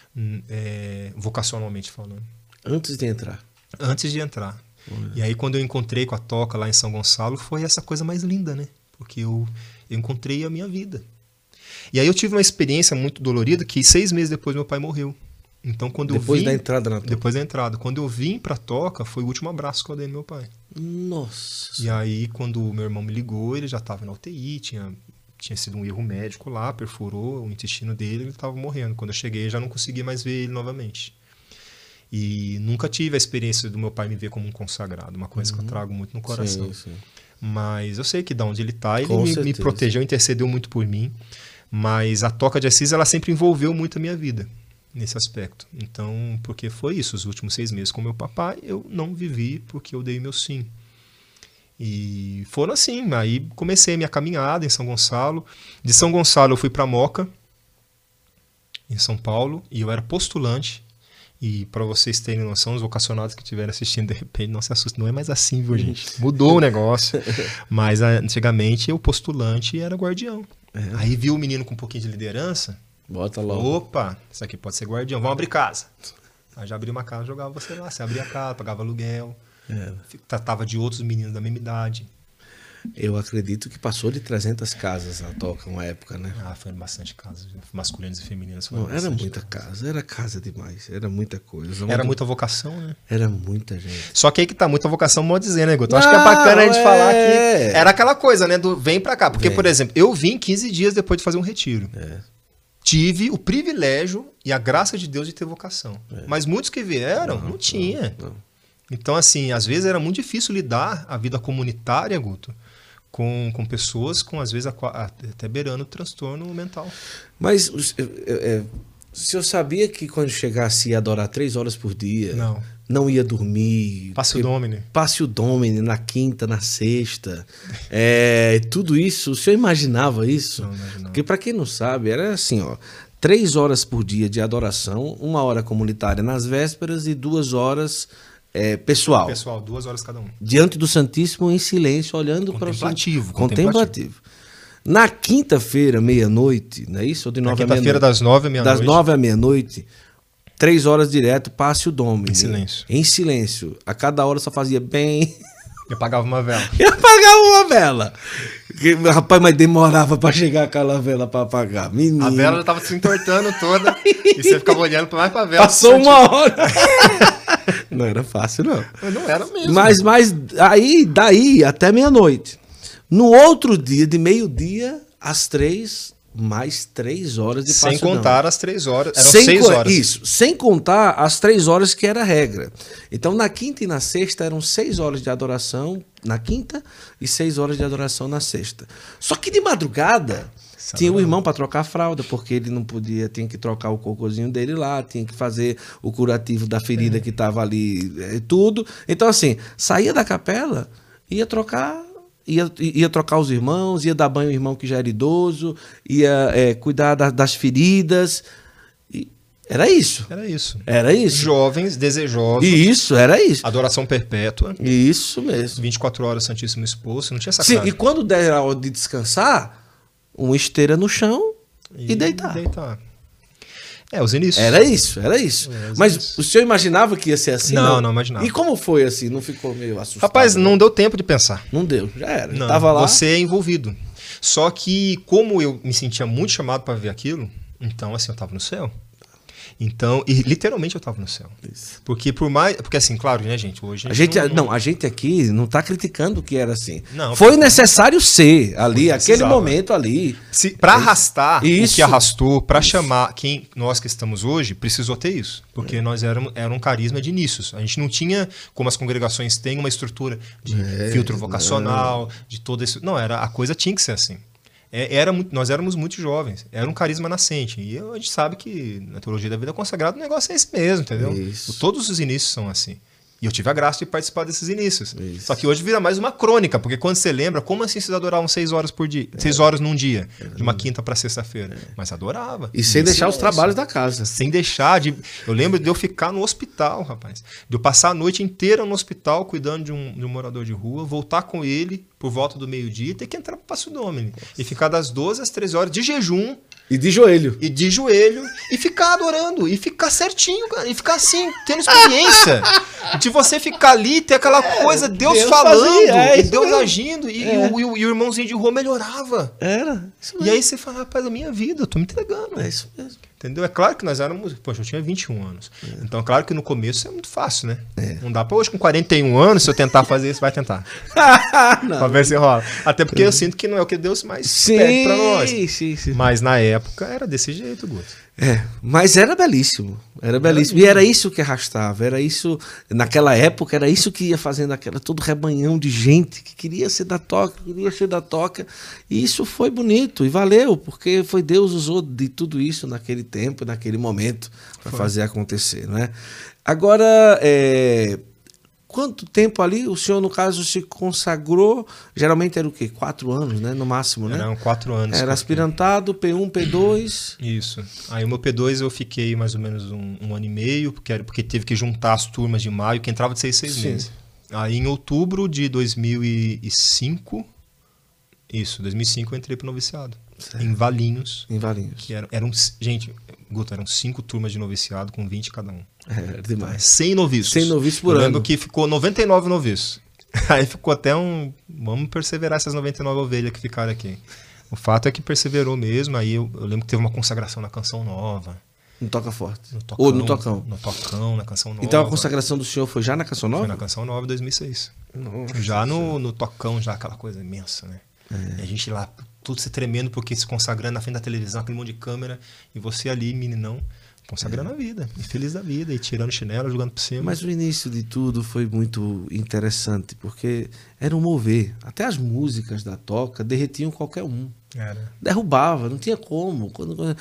é, vocacionalmente falando. Antes de entrar? Antes de entrar. Olha. E aí, quando eu encontrei com a Toca lá em São Gonçalo, foi essa coisa mais linda, né? Porque eu, eu encontrei a minha vida. E aí eu tive uma experiência muito dolorida que seis meses depois meu pai morreu. Então, quando depois eu vim, da entrada na Toca? Depois da entrada. Quando eu vim pra Toca, foi o último abraço que eu dei no meu pai. Nossa. E aí, quando o meu irmão me ligou, ele já estava na U T I, tinha, tinha sido um erro médico lá, perfurou o intestino dele, ele estava morrendo. Quando eu cheguei, já não consegui mais ver ele novamente. E nunca tive a experiência do meu pai me ver como um consagrado, uma coisa uhum. que eu trago muito no coração. Sim, sim. Mas eu sei que de onde ele está, ele me, me protegeu, intercedeu muito por mim. Mas a Toca de Assis, ela sempre envolveu muito a minha vida nesse aspecto. Então, porque foi isso, os últimos seis meses com meu papai, eu não vivi porque eu dei meu sim. E foram assim, aí comecei minha caminhada em São Gonçalo. De São Gonçalo eu fui para Moca, em São Paulo, e eu era postulante. E para vocês terem noção, os vocacionados que estiverem assistindo, de repente, não se assustem, não é mais assim, viu, gente? Mudou o negócio. Mas antigamente eu postulante era guardião. É. Aí vi o menino com um pouquinho de liderança. Bota logo. Opa, isso aqui pode ser guardião, vamos abrir casa. Aí já abri uma casa, jogava você lá, você abria a casa, pagava aluguel. É. Tratava de outros meninos da mesma idade. Eu acredito que passou de trezentas casas a Toca uma época, né? Ah, foi bastante casas, masculinas e femininas. Não, era muita casa, era casa demais, era muita coisa. Era muita vocação, né? Era muita gente. Só que aí que tá, muita vocação, modo dizer, né, Guto? Acho que é bacana a gente é... falar que era aquela coisa, né, do vem pra cá. Porque, vem. Por exemplo, eu vim quinze dias depois de fazer um retiro. É. Tive o privilégio e a graça de Deus de ter vocação. É. Mas muitos que vieram, não, não tinha. Não, não. Então, assim, às vezes era muito difícil lidar a vida comunitária, Guto, com, com pessoas com, às vezes, a, a, até beirando o transtorno mental. Mas é, se eu sabia que quando chegasse ia adorar três horas por dia, não, não ia dormir... Passe o Domine. Passe o Domine na quinta, na sexta, é, tudo isso, o senhor imaginava isso? Não, imaginava. Porque para quem não sabe, era assim, ó, três horas por dia de adoração, uma hora comunitária nas vésperas e duas horas... É, pessoal. Pessoal, duas horas cada um. Diante do Santíssimo em silêncio, olhando para o contemplativo. Contemplativo. Na quinta-feira, meia-noite, não é isso? Ou de nove Na quinta-feira, das nove à meia-noite. Das nove à meia-noite, três horas direto, passe o Domine. Em silêncio. Em silêncio. A cada hora só fazia bem. Eu apagava uma vela. Eu apagava uma vela. Rapaz, mas demorava para chegar aquela vela para apagar. Menino. A vela já estava se entortando toda. E você ficava olhando mais para a vela. Passou uma hora. Não era fácil, não. Mas não era mesmo. Mas, mas aí, daí até meia-noite. No outro dia, de meio-dia às três, mais três horas de passo. Sem contar as três horas. Eram sem seis horas. Isso, sem contar as três horas que era a regra. Então, na quinta e na sexta eram seis horas de adoração na quinta e seis horas de adoração na sexta. Só que de madrugada... Sabe tinha o irmão para trocar a fralda, porque ele não podia, tinha que trocar o cocôzinho dele lá, tinha que fazer o curativo da ferida é. que estava ali, é, tudo. Então, assim, saía da capela, ia trocar, ia, ia trocar os irmãos, ia dar banho ao irmão que já era idoso, ia é, cuidar da, das feridas. E era isso. Era isso. Era isso. Jovens, desejosos. Isso, era isso. Adoração perpétua. Isso mesmo. vinte e quatro horas Santíssimo Exposto, não tinha essa Sim, cara. e quando der a hora de descansar, uma esteira no chão e, e deitar. deitar. É, os inícios. Era isso, era isso. É, Mas inícios. O senhor imaginava que ia ser assim? Não, não, não imaginava. E como foi assim? Não ficou meio assustado? Rapaz, não, não deu tempo de pensar. Não deu, já era. Não, tava lá. Você é envolvido. Só que como eu me sentia muito chamado para ver aquilo, então assim, eu tava no céu. Então, e literalmente eu estava no céu. Isso. Porque por mais, porque assim, claro, né, gente, hoje a gente, a gente não, não, a gente aqui não está criticando que era assim. Não, foi necessário ser ali, aquele momento ali. Se para arrastar isso. O que arrastou, para chamar quem nós que estamos hoje, precisou ter isso, porque é. nós éramos era um carisma de inícios. A gente não tinha como as congregações têm uma estrutura de é, filtro vocacional, não. de todo isso. Não, era a coisa tinha que ser assim. Era, nós éramos muito jovens, era um carisma nascente. E a gente sabe que na teologia da vida consagrada o negócio é esse mesmo, entendeu? Isso. Todos os inícios são assim. E eu tive a graça de participar desses inícios. Isso. Só que hoje vira mais uma crônica, porque quando você lembra, como assim vocês adoravam seis horas por dia? É. Seis horas num dia, é. de uma quinta para sexta-feira. É. Mas adorava. E sem deixar os trabalhos da casa. Sem deixar de... Eu lembro de eu ficar no hospital, rapaz. De eu passar a noite inteira no hospital cuidando de um, de um morador de rua, voltar com ele por volta do meio-dia e ter que entrar pro Passo Domini. E ficar das doze às treze horas de jejum. E de joelho. E de joelho. E ficar adorando. E ficar certinho, cara. E ficar assim, tendo experiência. De você ficar ali, ter aquela é, coisa, Deus, Deus falando, fazia, é, e Deus mesmo. agindo. E, é. e, o, e, o, e o irmãozinho de rua melhorava. Era. Isso mesmo. E aí você fala, rapaz, a minha vida, eu tô me entregando. É isso mesmo. Entendeu? É claro que nós éramos... Poxa, eu tinha vinte e um anos. É. Então, é claro que no começo é muito fácil, né? É. Não dá pra hoje, com quarenta e um anos, se eu tentar fazer isso, vai tentar. Não. Pra ver se rola. Até porque eu sinto que não é o que Deus mais sim, pede pra nós. Sim, sim. Mas na época era desse jeito, Guto. É, mas era belíssimo. Era belíssimo. E era isso que arrastava. Era isso... Naquela época, era isso que ia fazendo aquela... Todo rebanhão de gente que queria ser da toca, queria ser da toca. E isso foi bonito e valeu, porque foi Deus usou de tudo isso naquele tempo, naquele momento, para fazer acontecer, não é? Agora, é, quanto tempo ali o senhor, no caso, se consagrou? Geralmente era o quê? Quatro anos, né? No máximo, né? Eram quatro anos. Era aspirantado, P um, P dois. Isso. Aí o meu P dois eu fiquei mais ou menos um, um ano e meio, porque, era, porque teve que juntar as turmas de maio, que entrava de seis, seis Sim. meses. Aí em outubro de dois mil e cinco, isso, dois mil e cinco eu entrei pro noviciado. Certo. Em Valinhos. Em Valinhos. Que eram, eram, gente, Guto, eram cinco turmas de noviciado com vinte cada um. É, demais. cem noviços. cem noviços por eu ano. Eu lembro que ficou noventa e nove noviços. Aí ficou até um... Vamos perseverar essas noventa e nove ovelhas que ficaram aqui. O fato é que perseverou mesmo. Aí eu, eu lembro que teve uma consagração na Canção Nova. No Toca Forte. No tocão, Ou no Tocão. No Tocão, na Canção Nova. Então a consagração do senhor foi já na Canção Nova? Foi na Canção Nova, dois mil e seis. Nossa, já no, no Tocão, já aquela coisa imensa, né? É. E a gente lá, tudo se tremendo, porque se consagrando na frente da televisão, aquele monte de câmera, e você ali, meninão, consagrando é. a vida, e feliz da vida, e tirando chinelo, jogando por cima. Mas o início de tudo foi muito interessante, porque era um mover. Até as músicas da toca derretiam qualquer um. Era. Derrubava, não tinha como. Quando,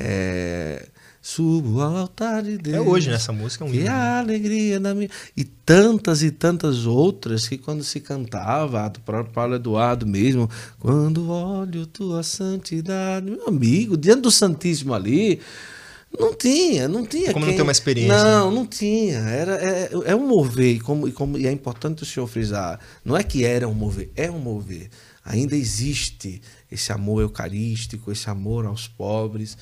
é... Subo ao altar de Deus. É hoje, né? Essa música é um Que a alegria da minha... E tantas e tantas outras que quando se cantava, do próprio Paulo Eduardo mesmo, quando olho tua santidade, meu amigo, diante do Santíssimo ali, não tinha, não tinha. Como quem... não tem uma experiência. Não, né? não tinha. Era, é, é um mover, e, como, e, como, e é importante o senhor frisar, não é que era um mover, é um mover. Ainda existe esse amor eucarístico, esse amor aos pobres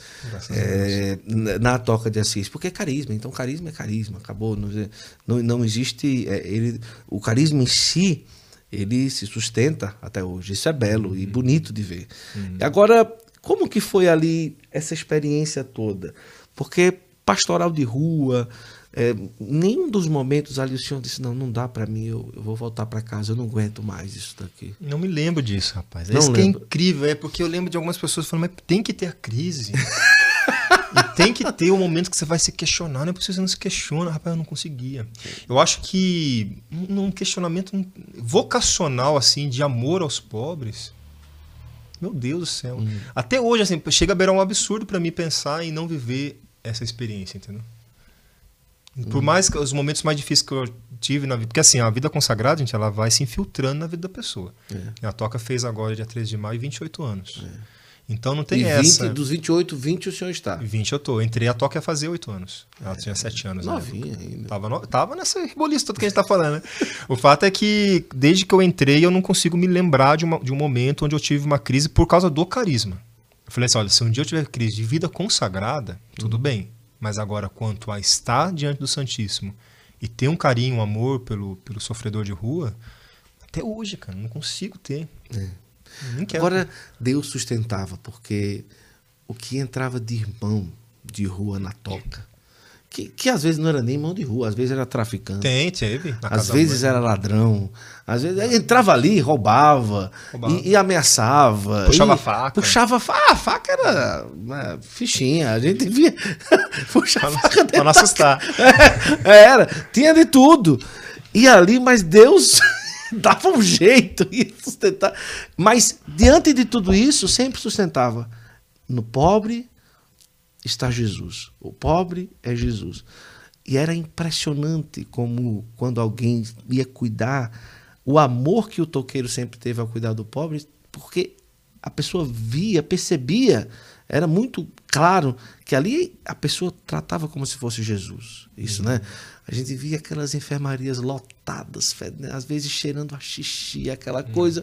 é, na Toca de Assis, porque é carisma, então carisma é carisma, acabou, não, não, não existe, é, ele, o carisma em si, ele se sustenta até hoje, isso é belo uhum. e bonito de ver. Uhum. Agora, como que foi ali essa experiência toda? Porque pastoral de rua, é, nenhum dos momentos ali o senhor disse, não, não dá para mim, eu, eu vou voltar para casa, eu não aguento mais isso daqui. Não me lembro disso, rapaz. É não isso lembro. Que é incrível, é porque eu lembro de algumas pessoas falando, mas tem que ter a crise. E tem que ter o um momento que você vai se questionar, não é possível, você não se questiona, rapaz, eu não conseguia. Eu acho que num questionamento vocacional, assim, de amor aos pobres, meu Deus do céu. Hum. Até hoje, assim, chega a beirar um absurdo para mim pensar em não viver essa experiência, entendeu? Por mais que os momentos mais difíceis que eu tive na vida... Porque assim, a vida consagrada, gente, ela vai se infiltrando na vida da pessoa. É. A Toca fez agora, dia treze de maio, vinte e oito anos. É. Então não tem e vinte, essa... Dos vinte e oito, vinte o senhor está. vinte eu tô. Entrei, a Toca ia fazer oito anos. Ela é. tinha sete anos. Novinha ainda. Tava, no... Tava nessa rebolista tudo que a gente tá falando, né? O fato é que, desde que eu entrei, eu não consigo me lembrar de, uma, de um momento onde eu tive uma crise por causa do carisma. Eu falei assim, olha, se um dia eu tiver crise de vida consagrada, tudo hum. bem. Mas agora, quanto a estar diante do Santíssimo e ter um carinho, um amor pelo, pelo sofredor de rua, até hoje, cara, não consigo ter. É. Nem quero. Agora, Deus sustentava, porque o que entrava de irmão de rua na toca, que, que às vezes não era nem irmão de rua, às vezes era traficante. Tem, teve. Às vezes era ladrão. Às vezes entrava ali, roubava, roubava. E, e ameaçava. Puxava e, a faca. Puxava a faca. A faca era uma fichinha. A gente via. Puxa a faca. Pra não assustar. É, era. Tinha de tudo. E ali, mas Deus dava um jeito. Ia sustentar. Mas diante de tudo isso, sempre sustentava. No pobre está Jesus. O pobre é Jesus. E era impressionante como, quando alguém ia cuidar, o amor que o toqueiro sempre teve ao cuidar do pobre, porque a pessoa via, percebia, era muito claro que ali a pessoa tratava como se fosse Jesus. Isso, uhum. né? A gente via aquelas enfermarias lotadas, às vezes cheirando a xixi, aquela uhum. coisa.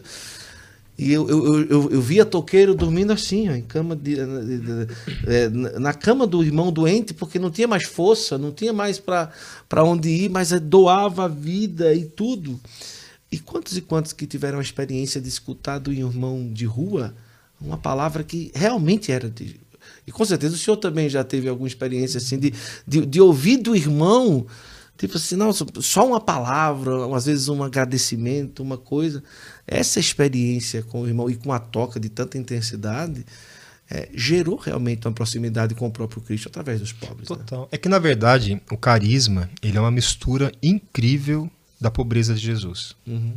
E eu, eu, eu, eu via toqueiro dormindo assim, ó, em cama de, de, de, de, na cama do irmão doente, porque não tinha mais força, não tinha mais para onde ir, mas doava a vida e tudo. E quantos e quantos que tiveram a experiência de escutar do irmão de rua uma palavra que realmente era de... E com certeza o senhor também já teve alguma experiência assim de, de, de ouvir do irmão, tipo assim, não, só uma palavra, às vezes um agradecimento, uma coisa. Essa experiência com o irmão e com a toca de tanta intensidade é, gerou realmente uma proximidade com o próprio Cristo através dos pobres. Total. Né? É que, na verdade, o carisma ele é uma mistura incrível da pobreza de Jesus. Uhum.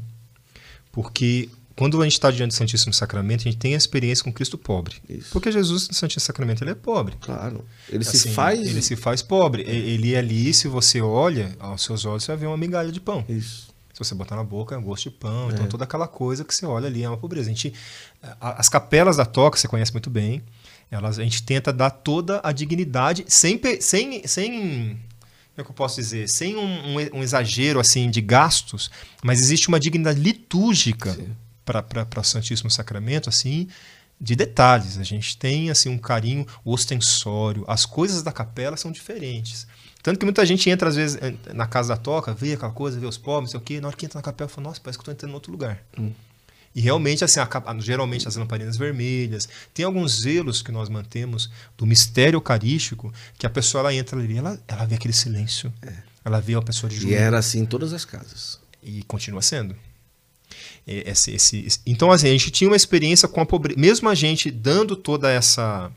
Porque quando a gente está diante do Santíssimo Sacramento, a gente tem a experiência com Cristo pobre. Isso. Porque Jesus, no Santíssimo Sacramento, ele é pobre. Claro. Ele assim, se faz... Ele se faz pobre. Ele ali, se você olha, aos seus olhos, você vai ver uma migalha de pão. Isso. Se você botar na boca, é um gosto de pão. É. Então, toda aquela coisa que você olha ali é uma pobreza. A gente, as capelas da toca, você conhece muito bem, elas, a gente tenta dar toda a dignidade, sem... sem, sem como é que eu posso dizer? Sem um, um, um exagero assim, de gastos, mas existe uma dignidade litúrgica para o Santíssimo Sacramento, assim, de detalhes. A gente tem assim, um carinho ostensório. As coisas da capela são diferentes. Tanto que muita gente entra, às vezes, na casa da toca, vê aquela coisa, vê os pobres, não sei o quê. Na hora que entra na capela, fala, nossa, parece que eu estou entrando em outro lugar. Hum. E realmente, assim, a, geralmente as lamparinas vermelhas. Tem alguns zelos que nós mantemos do mistério eucarístico, que a pessoa ela entra ali, ela, ela vê aquele silêncio. É. Ela vê a pessoa de joelho. E era assim em todas as casas. E continua sendo. Esse, esse, esse. Então, assim, a gente tinha uma experiência com a pobreza. Mesmo a gente dando toda essa,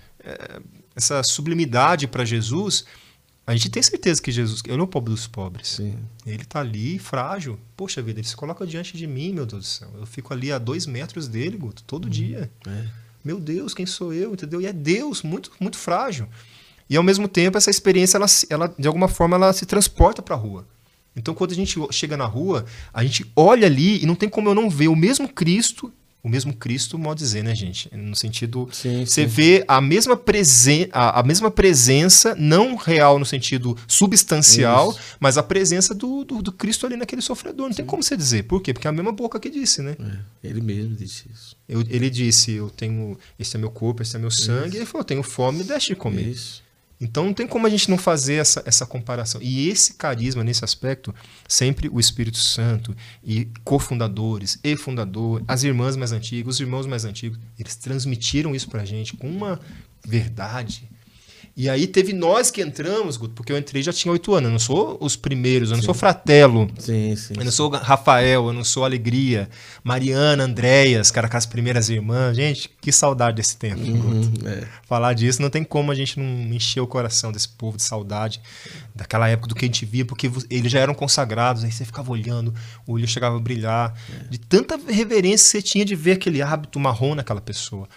essa sublimidade para Jesus, a gente tem certeza que Jesus, ele é o pobre dos pobres. Sim. Ele está ali, frágil. Poxa vida, ele se coloca diante de mim, meu Deus do céu. Eu fico ali a dois metros dele, Guto, todo hum, dia. É. Meu Deus, quem sou eu? Entendeu? E é Deus, muito, muito frágil. E, ao mesmo tempo, essa experiência, ela, ela, de alguma forma, ela se transporta para a rua. Então, quando a gente chega na rua, a gente olha ali e não tem como eu não ver o mesmo Cristo, o mesmo Cristo, modo dizer, né, gente? No sentido, sim, você sim. vê a mesma, presen a, a mesma presença, não real no sentido substancial, isso. mas a presença do, do, do Cristo ali naquele sofredor. Não sim. tem como você dizer. Por quê? Porque é a mesma boca que disse, né? É, ele mesmo disse isso. Eu, ele disse, eu tenho, esse é meu corpo, esse é meu sangue. Isso. E ele falou, eu tenho fome, deixe de comer. Isso. Então não tem como a gente não fazer essa, essa comparação. E esse carisma, nesse aspecto, sempre o Espírito Santo e cofundadores e fundadores, as irmãs mais antigas, os irmãos mais antigos, eles transmitiram isso pra gente com uma verdade. E aí teve nós que entramos, Guto, porque eu entrei já tinha oito anos. Eu não sou os primeiros, eu não sim. sou Fratelo. Sim, sim, eu não sou Rafael, eu não sou Alegria. Mariana, Andréias, cara, com as primeiras irmãs. Gente, que saudade desse tempo, uhum, Guto. É. Falar disso, não tem como a gente não encher o coração desse povo de saudade, daquela época do que a gente via, porque eles já eram consagrados, aí você ficava olhando, o olho chegava a brilhar, é. de tanta reverência que você tinha de ver aquele hábito marrom naquela pessoa.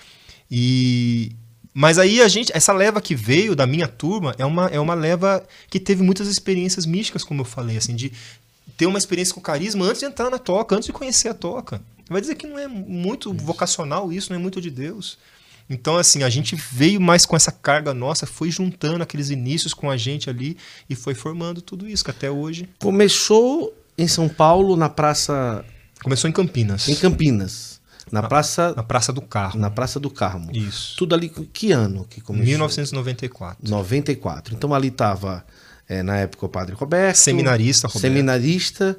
E... Mas aí a gente, essa leva que veio da minha turma é uma, é uma leva que teve muitas experiências místicas, como eu falei, assim, de ter uma experiência com carisma antes de entrar na toca, antes de conhecer a toca. Vai dizer que não é muito vocacional isso, não é muito de Deus. Então, assim, a gente veio mais com essa carga nossa, foi juntando aqueles inícios com a gente ali e foi formando tudo isso, que até hoje... Começou em São Paulo, na praça... Começou em Campinas. Em Campinas. Na, na praça na Praça do Carmo. Na Praça do Carmo. Isso. Tudo ali, que ano que começou? mil novecentos e noventa e quatro. noventa e quatro. Então ali estava, é, na época, o Padre Roberto. Seminarista Roberto. Seminarista.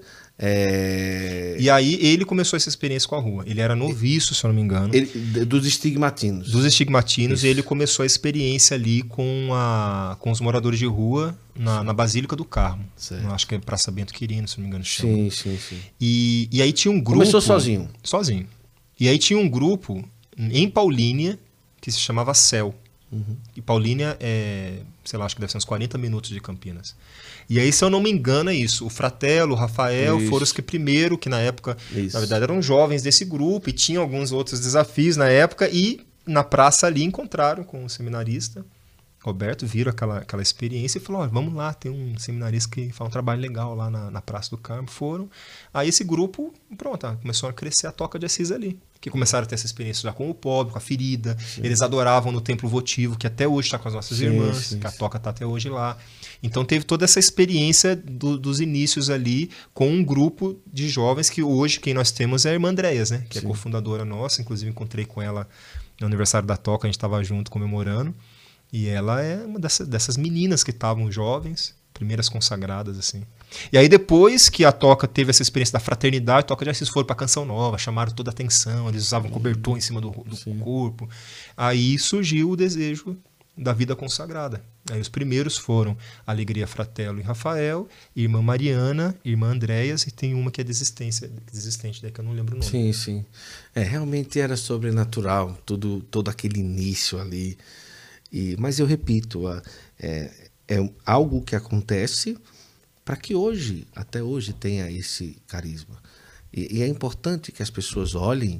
É... E aí ele começou essa experiência com a rua. Ele era noviço, se eu não me engano. Ele, dos estigmatinos. Dos estigmatinos. Isso. E ele começou a experiência ali com, a, com os moradores de rua na, na Basílica do Carmo. Certo. Acho que é Praça Bento Quirino, se não me engano. Chama. Sim, sim, sim. E, e aí tinha um grupo... Começou sozinho. Sozinho. E aí tinha um grupo em Paulínia que se chamava Céu. Uhum. E Paulínia é, sei lá, acho que deve ser uns quarenta minutos de Campinas. E aí, se eu não me engano, é isso. O Fratelo, o Rafael isso. foram os que primeiro, que na época, isso. na verdade, eram jovens desse grupo e tinham alguns outros desafios na época. E na praça ali encontraram com o seminarista Roberto, viram aquela, aquela experiência e falaram, vamos lá, tem um seminarista que faz um trabalho legal lá na, na Praça do Carmo. Foram. Aí esse grupo, pronto, começou a crescer a Toca de Assis ali. Que começaram a ter essa experiência já com o pobre, com a ferida. Sim. Eles adoravam no templo votivo, que até hoje está com as nossas sim, irmãs, sim, que a Toca está até hoje lá. Então teve toda essa experiência do, dos inícios ali com um grupo de jovens que hoje quem nós temos é a irmã Andréas, né? Que sim. é cofundadora nossa. Inclusive encontrei com ela no aniversário da Toca, a gente estava junto comemorando. E ela é uma dessas, dessas meninas que estavam jovens, primeiras consagradas, assim. E aí depois que a Toca teve essa experiência da fraternidade, a Toca de Assis foram para Canção Nova, chamaram toda a atenção, eles usavam cobertor em cima do, do corpo. Aí surgiu o desejo da vida consagrada. Aí os primeiros foram Alegria Fratello e Rafael, Irmã Mariana, Irmã Andréas, e tem uma que é desistência, desistente, daí que eu não lembro o nome. Sim, sim. É, realmente era sobrenatural, tudo, todo aquele início ali. E, mas eu repito, é, é algo que acontece para que hoje, até hoje, tenha esse carisma. E, e é importante que as pessoas olhem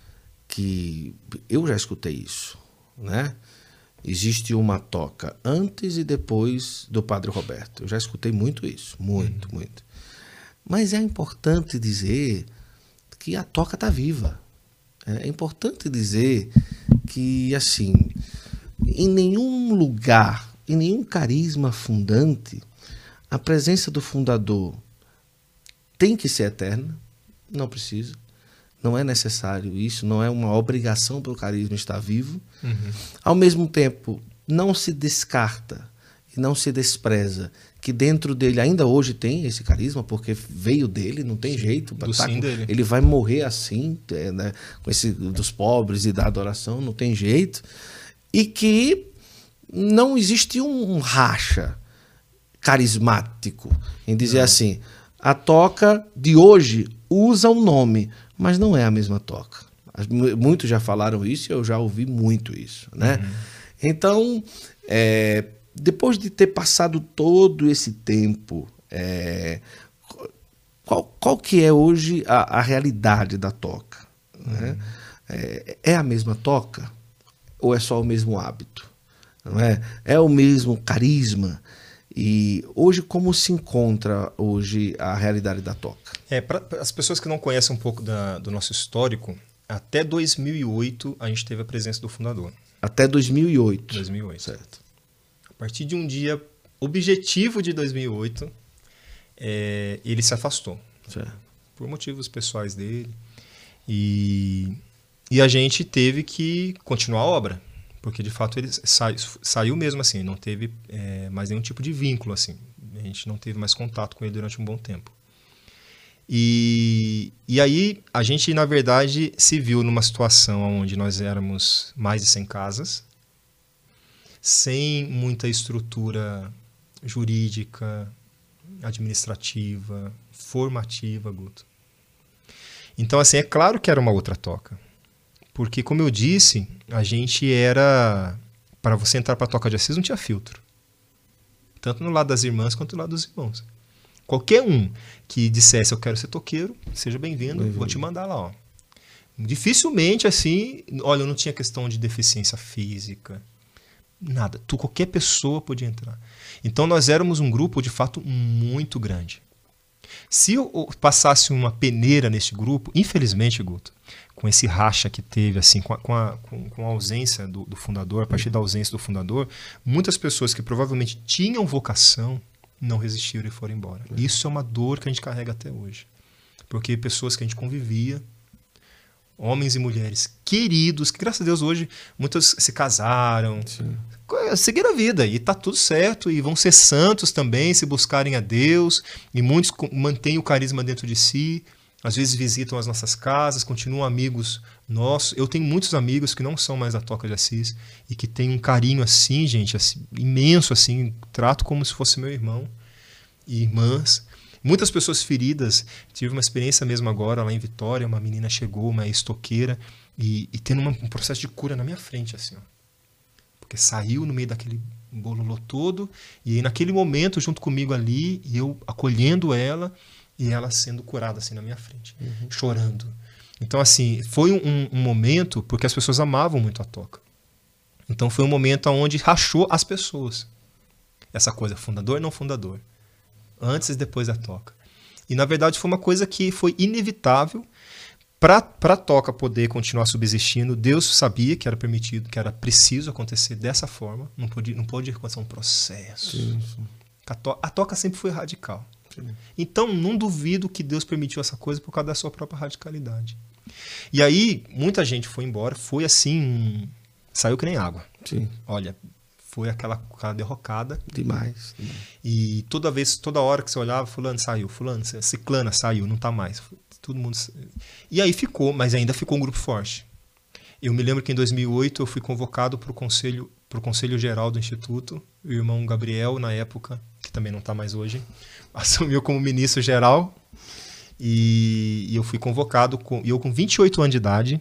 que eu já escutei isso, né? Existe uma toca antes e depois do Padre Roberto. Eu já escutei muito isso, muito, uhum. muito. Mas é importante dizer que a toca está viva. É importante dizer que, assim, em nenhum lugar, em nenhum carisma fundante, a presença do fundador tem que ser eterna, não precisa, não é necessário isso, não é uma obrigação para o carisma estar vivo. Uhum. Ao mesmo tempo, não se descarta e não se despreza que dentro dele ainda hoje tem esse carisma, porque veio dele, não tem sim, jeito. Do tá sim com, dele. Ele vai morrer assim, é, né, com esse dos pobres e da adoração, não tem jeito. E que não existe um, um racha carismático em dizer não. assim, a toca de hoje usa o nome, mas não é a mesma toca. Muitos já falaram isso e eu já ouvi muito isso, né? Uhum. Então, é, depois de ter passado todo esse tempo, é, qual, qual que é hoje a, a realidade da toca? Uhum. Né? É, é a mesma toca ou é só o mesmo hábito? Não é? É o mesmo carisma? E hoje, como se encontra hoje a realidade da toca? É, para as pessoas que não conhecem um pouco da, do nosso histórico, até dois mil e oito a gente teve a presença do fundador. Até dois mil e oito. dois mil e oito. Certo. A partir de um dia objetivo de dois mil e oito, é, ele se afastou. Certo. Por motivos pessoais dele. E, e a gente teve que continuar a obra. Porque, de fato, ele sa, saiu mesmo assim. Não teve é, mais nenhum tipo de vínculo, assim. A gente não teve mais contato com ele durante um bom tempo. E, e aí, a gente, na verdade, se viu numa situação onde nós éramos mais de cem casas, sem muita estrutura jurídica, administrativa, formativa, Guto. Então, assim, é claro que era uma outra toca. Porque, como eu disse, a gente era... Para você entrar para a Toca de Assis não tinha filtro. Tanto no lado das irmãs quanto no lado dos irmãos. Qualquer um que dissesse eu quero ser toqueiro, seja bem-vindo, bem vou te mandar lá. Ó. Dificilmente, assim... Olha, não tinha questão de deficiência física. Nada. Tu, qualquer pessoa podia entrar. Então, nós éramos um grupo, de fato, muito grande. Se eu passasse uma peneira nesse grupo, infelizmente, Guto, com esse racha que teve, assim, com a, com a, com a ausência do, do fundador, a partir da ausência do fundador, muitas pessoas que provavelmente tinham vocação não resistiram e foram embora. É. Isso é uma dor que a gente carrega até hoje. Porque pessoas que a gente convivia, homens e mulheres queridos, que graças a Deus hoje muitos se casaram, sim, seguiram a vida e está tudo certo, e vão ser santos também se buscarem a Deus, e muitos mantêm o carisma dentro de si, às vezes visitam as nossas casas, continuam amigos nossos. Eu tenho muitos amigos que não são mais da Toca de Assis e que têm um carinho assim, gente, assim, imenso, assim, trato como se fosse meu irmão e irmãs. Muitas pessoas feridas. Tive uma experiência mesmo agora lá em Vitória, uma menina chegou, uma estoqueira, e, e tendo uma, um processo de cura na minha frente, assim, ó. Porque saiu no meio daquele bololô todo, e aí naquele momento, junto comigo ali, e eu acolhendo ela, e ela sendo curada assim na minha frente, uhum, chorando. Então, assim, foi um, um momento, porque as pessoas amavam muito a toca. Então foi um momento onde rachou as pessoas. Essa coisa, fundador não fundador. Antes e depois da toca. E na verdade foi uma coisa que foi inevitável para a toca poder continuar subsistindo. Deus sabia que era permitido, que era preciso acontecer dessa forma. Não podia, não pode acontecer um processo. Sim, sim. A, to, a toca sempre foi radical. Sim. Então não duvido que Deus permitiu essa coisa por causa da sua própria radicalidade. E aí muita gente foi embora, foi assim, saiu que nem água. Sim. Olha, foi aquela, aquela derrocada. Demais, demais. E toda vez, toda hora que você olhava, fulano saiu, fulano, ciclana saiu, não tá mais. Todo mundo. E aí ficou, mas ainda ficou um grupo forte. Eu me lembro que em dois mil e oito eu fui convocado para o conselho, pro conselho geral do Instituto. O irmão Gabriel, na época, que também não está mais hoje, assumiu como ministro geral. E, e eu fui convocado, com, eu com vinte e oito anos de idade.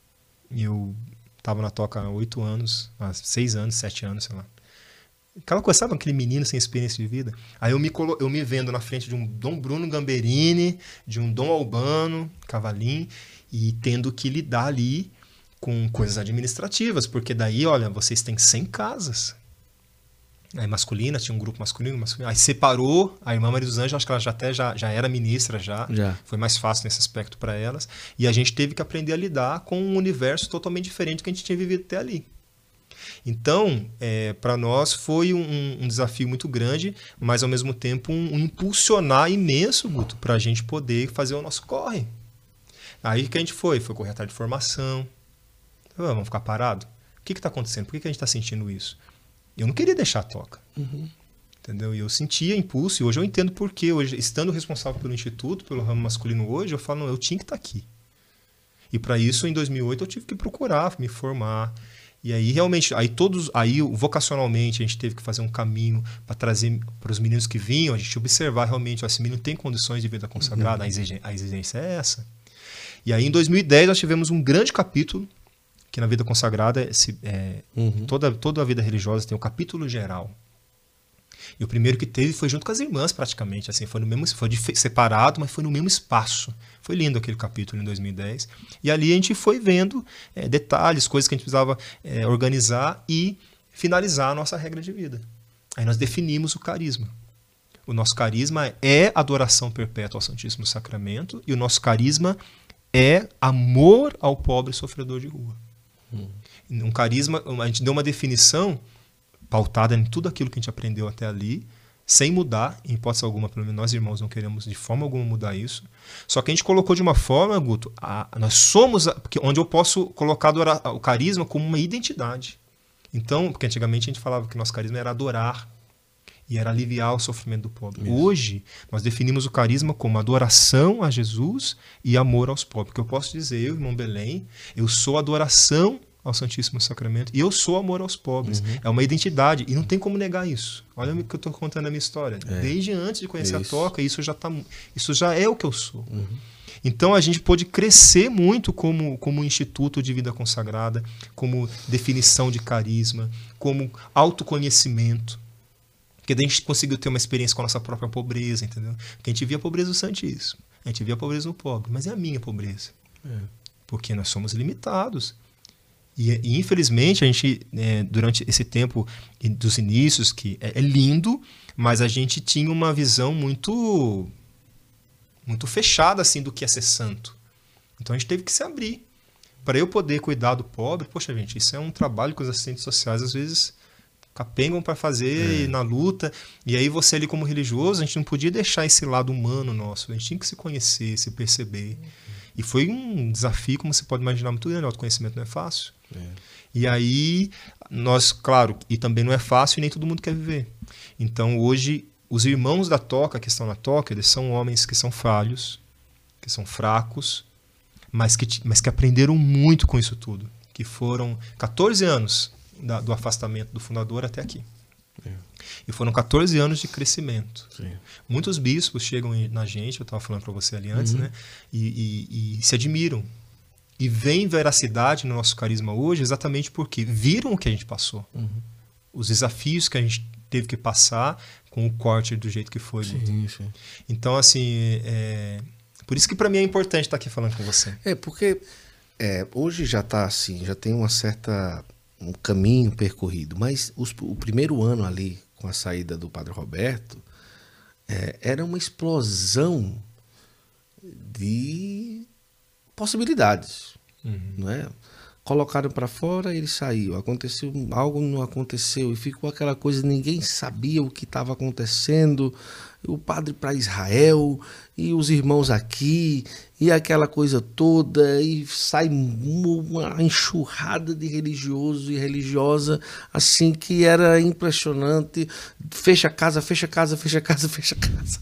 Eu estava na toca há oito anos, há seis anos, sete anos, sei lá. Aquela coisa, sabe aquele menino sem experiência de vida? Aí eu me, colo... eu me vendo na frente de um Dom Bruno Gamberini, de um Dom Albano Cavalim, e tendo que lidar ali com coisas administrativas, porque daí, olha, vocês têm cem casas. Aí masculina, tinha um grupo masculino, masculino. Aí separou a irmã Maria dos Anjos, acho que ela já até já, já era ministra, já. já. Foi mais fácil nesse aspecto para elas. E a gente teve que aprender a lidar com um universo totalmente diferente do que a gente tinha vivido até ali. Então, é, para nós foi um, um desafio muito grande, mas ao mesmo tempo um, um impulsionar imenso, Guto, para a gente poder fazer o nosso corre. Aí que a gente foi? Foi correr atrás de formação. Vamos ficar parado? O que está acontecendo? Por que, que a gente está sentindo isso? Eu não queria deixar a toca. Uhum. Entendeu? E eu sentia impulso, e hoje eu entendo por quê. Hoje, estando responsável pelo Instituto, pelo ramo masculino hoje, eu falo, não, eu tinha que estar aqui. E para isso, em dois mil e oito, eu tive que procurar, me formar. E aí, realmente, aí todos, aí vocacionalmente, a gente teve que fazer um caminho para trazer para os meninos que vinham, a gente observar realmente, ó, esse menino tem condições de vida consagrada, uhum. a, exigência, a exigência é essa. E aí, em dois mil e dez, nós tivemos um grande capítulo, que na vida consagrada, esse, é, uhum. toda, toda a vida religiosa tem um capítulo geral. E o primeiro que teve foi junto com as irmãs, praticamente. Assim, foi no mesmo, foi separado, mas foi no mesmo espaço. Foi lindo aquele capítulo em dois mil e dez. E ali a gente foi vendo é, detalhes, coisas que a gente precisava é, organizar e finalizar a nossa regra de vida. Aí nós definimos o carisma. O nosso carisma é adoração perpétua ao Santíssimo Sacramento e o nosso carisma é amor ao pobre sofredor de rua. Hum. Um carisma, a gente deu uma definição pautada em tudo aquilo que a gente aprendeu até ali, sem mudar, em hipótese alguma, pelo menos nós irmãos não queremos de forma alguma mudar isso. Só que a gente colocou de uma forma, Guto, a, nós somos, a, porque onde eu posso colocar adorar, o carisma como uma identidade. Então, porque antigamente a gente falava que nosso carisma era adorar e era aliviar o sofrimento do pobre. Isso. Hoje, nós definimos o carisma como adoração a Jesus e amor aos pobres. Porque eu posso dizer, eu, irmão Belém, eu sou adoração ao Santíssimo Sacramento e eu sou amor aos pobres. Uhum. É uma identidade e não tem como negar isso. Olha o que eu estou contando a minha história. É. Desde antes de conhecer é a toca, isso já, tá, isso já é o que eu sou. Uhum. Então a gente pôde crescer muito como, como instituto de vida consagrada, como definição de carisma, como autoconhecimento. Porque daí a gente conseguiu ter uma experiência com a nossa própria pobreza, entendeu? Porque a gente via a pobreza do Santíssimo, a gente via a pobreza do pobre, mas é a minha pobreza. É. Porque nós somos limitados. E, e infelizmente, a gente, é, durante esse tempo dos inícios, que é, é lindo, mas a gente tinha uma visão muito, muito fechada assim, do que é ser santo. Então a gente teve que se abrir. Para eu poder cuidar do pobre, poxa, gente, isso é um trabalho que os assistentes sociais às vezes capengam para fazer é. na luta. E aí você ali como religioso, a gente não podia deixar esse lado humano nosso. A gente tinha que se conhecer, se perceber. Uhum. E foi um desafio, como você pode imaginar, muito grande. O autoconhecimento não é fácil. É. E aí, nós, claro, e também não é fácil e nem todo mundo quer viver. Então, hoje, os irmãos da toca, que estão na toca, eles são homens que são falhos, que são fracos, mas que, mas que aprenderam muito com isso tudo. Que foram catorze anos da, do afastamento do fundador até aqui. É. E foram catorze anos de crescimento. Sim. Muitos bispos chegam na gente, eu estava falando para você ali antes, uhum. né? E, e, e se admiram. E veem veracidade no nosso carisma hoje exatamente porque viram o que a gente passou. Uhum. Os desafios que a gente teve que passar com o corte do jeito que foi. Sim, sim. Então, assim, é... por isso que para mim é importante estar aqui falando com você. É, porque é, hoje já está assim, já tem uma certa um caminho percorrido, mas os, o primeiro ano ali, com a saída do Padre Roberto, é, era uma explosão de possibilidades, uhum. não é? Colocaram para fora, ele saiu, aconteceu algo, não aconteceu, e ficou aquela coisa, ninguém sabia o que estava acontecendo, o padre para Israel, e os irmãos aqui, e aquela coisa toda, e sai uma enxurrada de religioso e religiosa, assim, que era impressionante, fecha casa, fecha casa, fecha casa, fecha casa.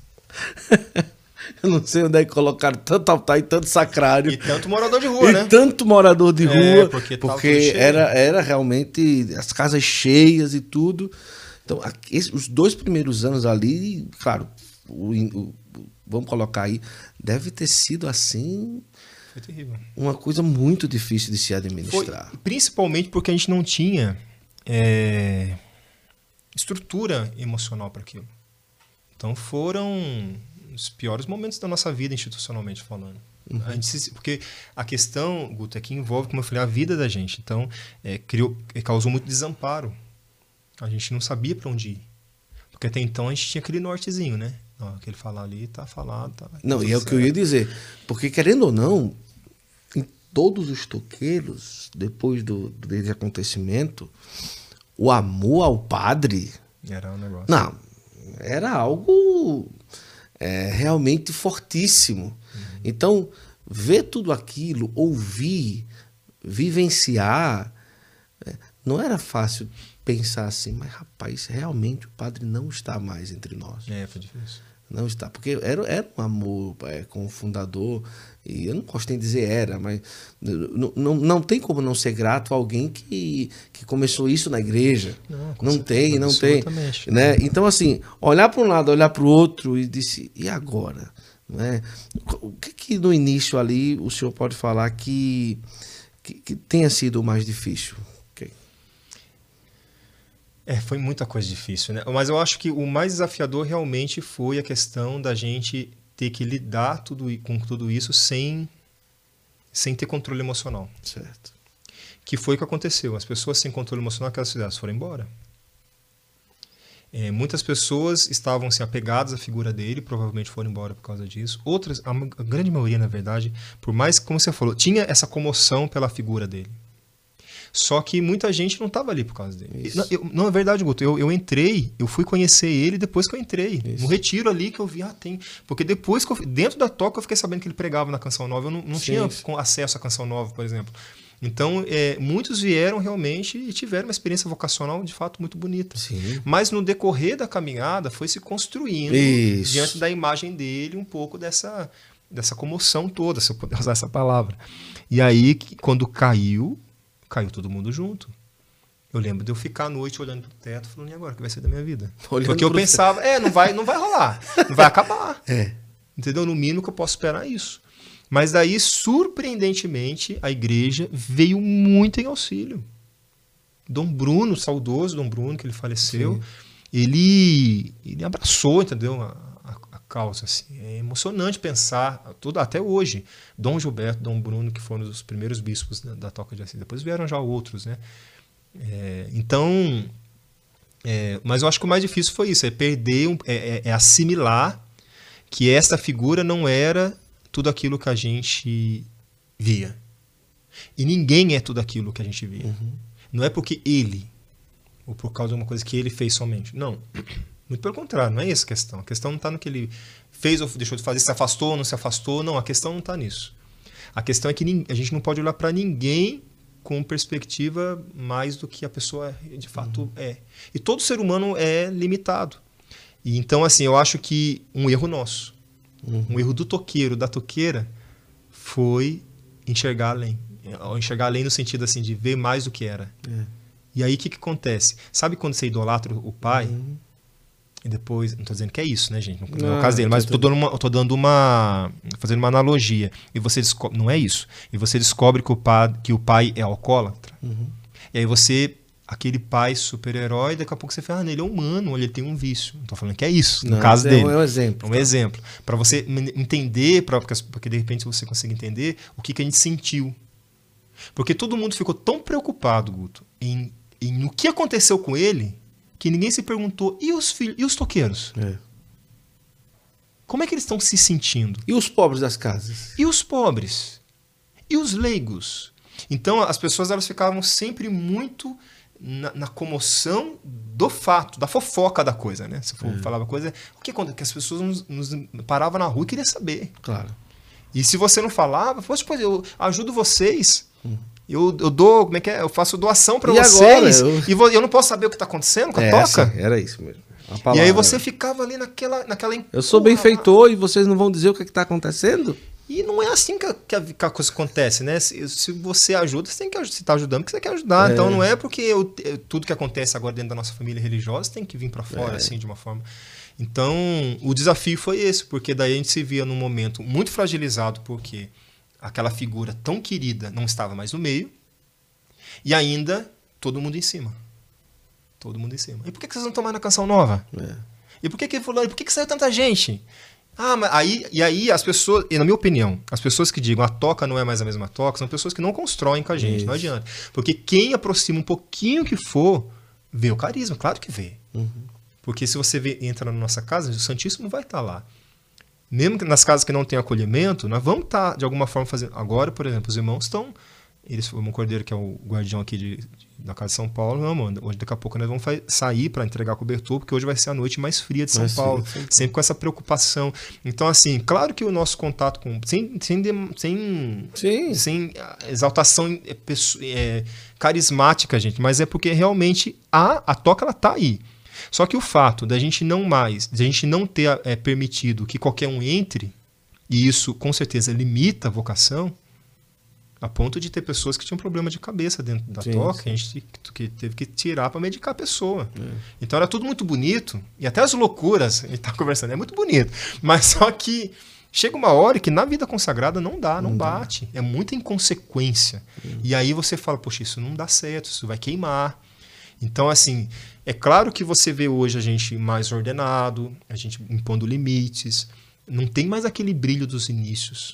Eu não sei onde é que colocaram tanto altar e tanto sacrário. E tanto morador de rua, e né? E tanto morador de rua, é, porque, porque era, era realmente as casas cheias e tudo. Então, aqui, os dois primeiros anos ali, claro, o, o, vamos colocar aí, deve ter sido assim... Foi terrível. Uma coisa muito difícil de se administrar. Foi, principalmente porque a gente não tinha é, estrutura emocional para aquilo. Então foram... os piores momentos da nossa vida, institucionalmente falando. Uhum. A gente, porque a questão, Guto, é que envolve, como eu falei, a vida da gente. Então, é, criou, causou muito desamparo. A gente não sabia para onde ir. Porque até então a gente tinha aquele nortezinho, né? Ó, aquele falar ali, tá falado. Tá, não, e é o que eu ia dizer. Porque, querendo ou não, em todos os toqueiros, depois do, desse acontecimento, o amor ao padre... Era um negócio. Não, era algo... É, realmente fortíssimo. Uhum. Então, ver tudo aquilo, ouvir, vivenciar, é, não era fácil pensar assim, mas rapaz, realmente o padre não está mais entre nós. É, foi difícil. Não está, porque era, era um amor é, com o fundador, e eu não gosto nem de dizer era, mas não, não, não tem como não ser grato a alguém que, que começou isso na igreja. Não, não tem, não tem. Né? Então, assim, olhar para um lado, olhar para o outro e disse, e agora? Né? O que que no início ali o senhor pode falar que, que, que tenha sido o mais difícil? Okay. É, foi muita coisa difícil, né? Mas eu acho que o mais desafiador realmente foi a questão da gente ter que lidar tudo, com tudo isso sem, sem ter controle emocional. Certo. Que foi o que aconteceu. As pessoas sem controle emocional, aquelas cidades foram embora. É, muitas pessoas estavam se apegadas à figura dele, provavelmente foram embora por causa disso. Outras, a, a grande maioria, na verdade, por mais que, como você falou, tinha essa comoção pela figura dele. Só que muita gente não estava ali por causa dele. Não, eu, não, é verdade, Guto. Eu, eu entrei, eu fui conhecer ele depois que eu entrei. Isso. No retiro ali que eu vi, ah, tem... Porque depois, que eu, dentro da toca, eu fiquei sabendo que ele pregava na Canção Nova. Eu não, não tinha acesso à Canção Nova, por exemplo. Então, é, muitos vieram realmente e tiveram uma experiência vocacional, de fato, muito bonita. Sim. Mas no decorrer da caminhada, foi se construindo, Isso. diante da imagem dele, um pouco dessa, dessa comoção toda, se eu puder usar essa palavra. E aí, quando caiu... Caiu todo mundo junto. Eu lembro de eu ficar à noite olhando pro teto, falando, e agora, o que vai ser da minha vida? Olhando Porque eu pensava, teto. é, não vai, não vai rolar, não vai acabar. É. Entendeu? No mínimo que eu posso esperar é isso. Mas daí, surpreendentemente, a igreja veio muito em auxílio. Dom Bruno, saudoso Dom Bruno, que ele faleceu, ele, ele abraçou, entendeu? A, a, a causa, assim. É emocionante pensar, tudo, até hoje, Dom Gilberto, Dom Bruno, que foram os primeiros bispos da, da Toca de Assis, depois vieram já outros, né? É, então, é, mas eu acho que o mais difícil foi isso, é perder, um, é, é, é assimilar que essa figura não era tudo aquilo que a gente via. E ninguém é tudo aquilo que a gente via. Uhum. Não é porque ele, ou por causa de uma coisa que ele fez somente. Não. Muito pelo contrário, não é essa a questão. A questão não está no que ele fez ou deixou de fazer, se afastou ou não se afastou. Não, a questão não está nisso. A questão é que a gente não pode olhar para ninguém com perspectiva mais do que a pessoa de fato uhum. é. E todo ser humano é limitado. E então, assim, eu acho que um erro nosso, uhum. um erro do toqueiro, da toqueira, foi enxergar além. Enxergar além no sentido assim, de ver mais do que era. É. E aí o que, que acontece? Sabe quando você idolatra o pai? Uhum. E depois, não estou dizendo que é isso, né, gente? Não, não não é o caso dele, mas estou dando uma, tô dando uma, fazendo uma analogia. E você descobre, não é isso. E você descobre que o pai, que o pai é alcoólatra. Uhum. E aí você, aquele pai super-herói, daqui a pouco você fala, ah, ele é humano, ele tem um vício. Não estou falando que é isso, no não, caso é dele. Um, é um exemplo. É um tá? exemplo. Para você entender, pra, porque de repente você consiga entender o que, que a gente sentiu. Porque todo mundo ficou tão preocupado, Guto, em, em o que aconteceu com ele, que ninguém se perguntou, e os filhos, e os toqueiros? É. Como é que eles estão se sentindo? E os pobres das casas? E os pobres? E os leigos? Então, as pessoas elas ficavam sempre muito na, na comoção do fato, da fofoca da coisa, né? Se for É. falava coisa, o que acontece? Que as pessoas nos, nos paravam na rua e queriam saber. Claro. E se você não falava, poxa, pois eu ajudo vocês. Hum. Eu, eu dou, como é que é? Eu faço doação para vocês. Agora, eu... E vo, eu não posso saber o que está acontecendo com a é, toca? Sim, era isso mesmo. E aí você ficava ali naquela... naquela eu sou benfeitor e vocês não vão dizer o que está acontecendo? E não é assim que a, que a, que a coisa acontece, né? Se, se você ajuda, você tem que você tá ajudando porque você quer ajudar. É. Então não é porque eu, tudo que acontece agora dentro da nossa família religiosa tem que vir para fora, é. assim, de uma forma... Então, o desafio foi esse, porque daí a gente se via num momento muito fragilizado, porque aquela figura tão querida não estava mais no meio, e ainda todo mundo em cima. Todo mundo em cima. E por que vocês não tomaram a canção nova? É. E por que que fulano? Por que que saiu tanta gente? Ah, mas aí, e aí as pessoas, e na minha opinião, as pessoas que digam a toca não é mais a mesma toca, são pessoas que não constroem com a gente, Isso. não adianta. Porque quem aproxima um pouquinho que for, vê o carisma, claro que vê. Uhum. Porque se você vê, entra na nossa casa, o Santíssimo vai estar lá. Mesmo que nas casas que não tem acolhimento, nós vamos estar, de alguma forma, fazendo... Agora, por exemplo, os irmãos estão... Eles, o irmão Cordeiro, que é o guardião aqui de, de, da casa de São Paulo, não, mano, hoje daqui a pouco nós vamos sair para entregar cobertor, porque hoje vai ser a noite mais fria de São mais Paulo. Frio, sempre com essa preocupação. Então, assim, claro que o nosso contato com... Sem, sem, sem, Sim. sem exaltação é, carismática, gente, mas é porque realmente a, a toca, ela tá aí. Só que o fato da gente não mais, da gente não ter é, permitido que qualquer um entre, e isso com certeza limita a vocação, a ponto de ter pessoas que tinham problema de cabeça dentro da sim, toca, sim. a gente que teve que tirar para medicar a pessoa. É. Então era tudo muito bonito, e até as loucuras, a gente tá conversando, é muito bonito, mas só que chega uma hora que na vida consagrada não dá, não, não bate, dá. É muita inconsequência. É. E aí você fala, poxa, isso não dá certo, isso vai queimar. Então, assim, é claro que você vê hoje a gente mais ordenado, a gente impondo limites, não tem mais aquele brilho dos inícios,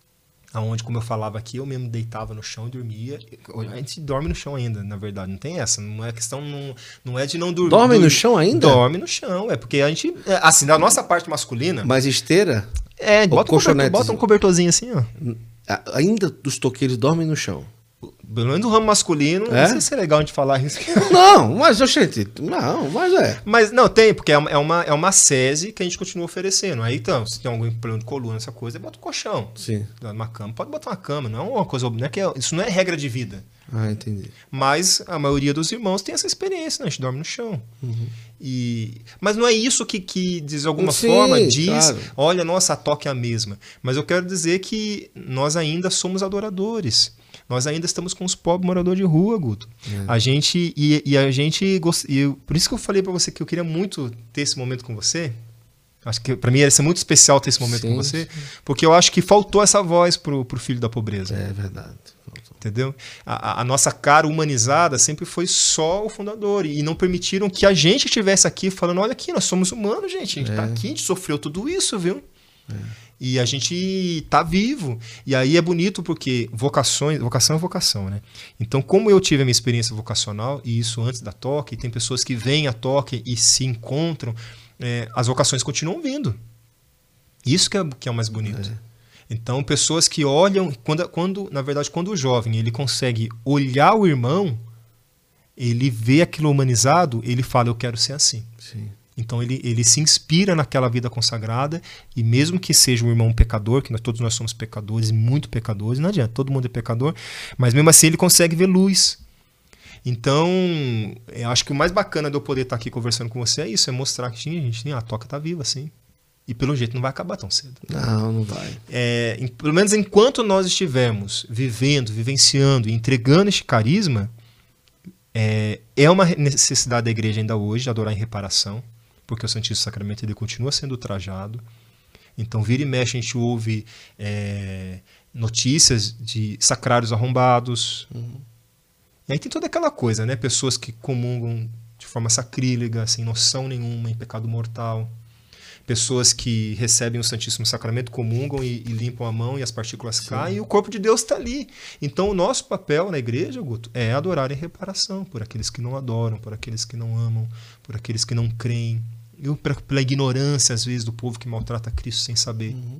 aonde, como eu falava aqui, eu mesmo deitava no chão e dormia. A gente dorme no chão ainda, na verdade, não tem essa, não é questão, não, não é de não dormir. Dorme dormir. no chão ainda? Dorme no chão, é porque a gente, assim, da nossa parte masculina... Mas esteira? É, bota um, cobertor, bota um cobertorzinho assim, ó. Ainda dos toqueiros dormem no chão? Pelo menos no ramo masculino, é? Não sei se é legal a gente falar isso. Não, mas, gente, não, mas é. Mas não, tem, porque é uma, é uma, é uma sese que a gente continua oferecendo. Aí, então, se tem algum problema de coluna, essa coisa, bota um colchão. Sim. Uma cama, pode botar uma cama, não é uma coisa, não é que é, isso não é regra de vida. Ah, entendi. Mas a maioria dos irmãos tem essa experiência, né? A gente dorme no chão. Uhum. E... Mas não é isso que, que de alguma Sim, forma, diz, claro. Olha, nossa, a toca é a mesma. Mas eu quero dizer que nós ainda somos adoradores. Nós ainda estamos com os pobres moradores de rua, Guto. É. A gente, e, e a gente, gost... e eu, por isso que eu falei para você que eu queria muito ter esse momento com você. Acho que para mim ia ser muito especial ter esse momento sim, com você, sim. Porque eu acho que faltou essa voz pro, pro filho da pobreza. É verdade. Entendeu? A, a nossa cara humanizada sempre foi só o fundador. E não permitiram que a gente estivesse aqui falando, olha aqui, nós somos humanos, gente. A gente é. tá aqui, a gente sofreu tudo isso, viu? É. E a gente tá vivo. E aí é bonito porque vocações, vocação é vocação, né? Então, como eu tive a minha experiência vocacional, e isso antes da toca, e tem pessoas que vêm à toca e se encontram, é, as vocações continuam vindo. Isso que é, que é o mais bonito. É. Então, pessoas que olham, quando, quando, na verdade, quando o jovem ele consegue olhar o irmão, ele vê aquilo humanizado, ele fala, eu quero ser assim. Sim. Então ele, ele se inspira naquela vida consagrada, e mesmo que seja um irmão pecador, que nós, todos nós somos pecadores, muito pecadores, não adianta, todo mundo é pecador, mas mesmo assim ele consegue ver luz. Então, eu acho que o mais bacana de eu poder estar aqui conversando com você é isso, é mostrar que gente, a toca está viva, sim. E pelo jeito não vai acabar tão cedo. Não, não vai. É, em, pelo menos enquanto nós estivermos vivendo, vivenciando e entregando este carisma, é, é uma necessidade da igreja ainda hoje de adorar em reparação, porque o Santíssimo Sacramento ele continua sendo trajado. Então, vira e mexe, a gente ouve é, notícias de sacrários arrombados. Uhum. E aí tem toda aquela coisa, né? Pessoas que comungam de forma sacrílega, sem noção nenhuma, em pecado mortal. pessoas que recebem o Santíssimo Sacramento, comungam e, e limpam a mão e as partículas Sim. caem, e o corpo de Deus está ali. Então o nosso papel na igreja, Guto, é adorar em reparação por aqueles que não adoram, por aqueles que não amam, por aqueles que não creem, e pela ignorância, às vezes, do povo que maltrata Cristo sem saber. Uhum.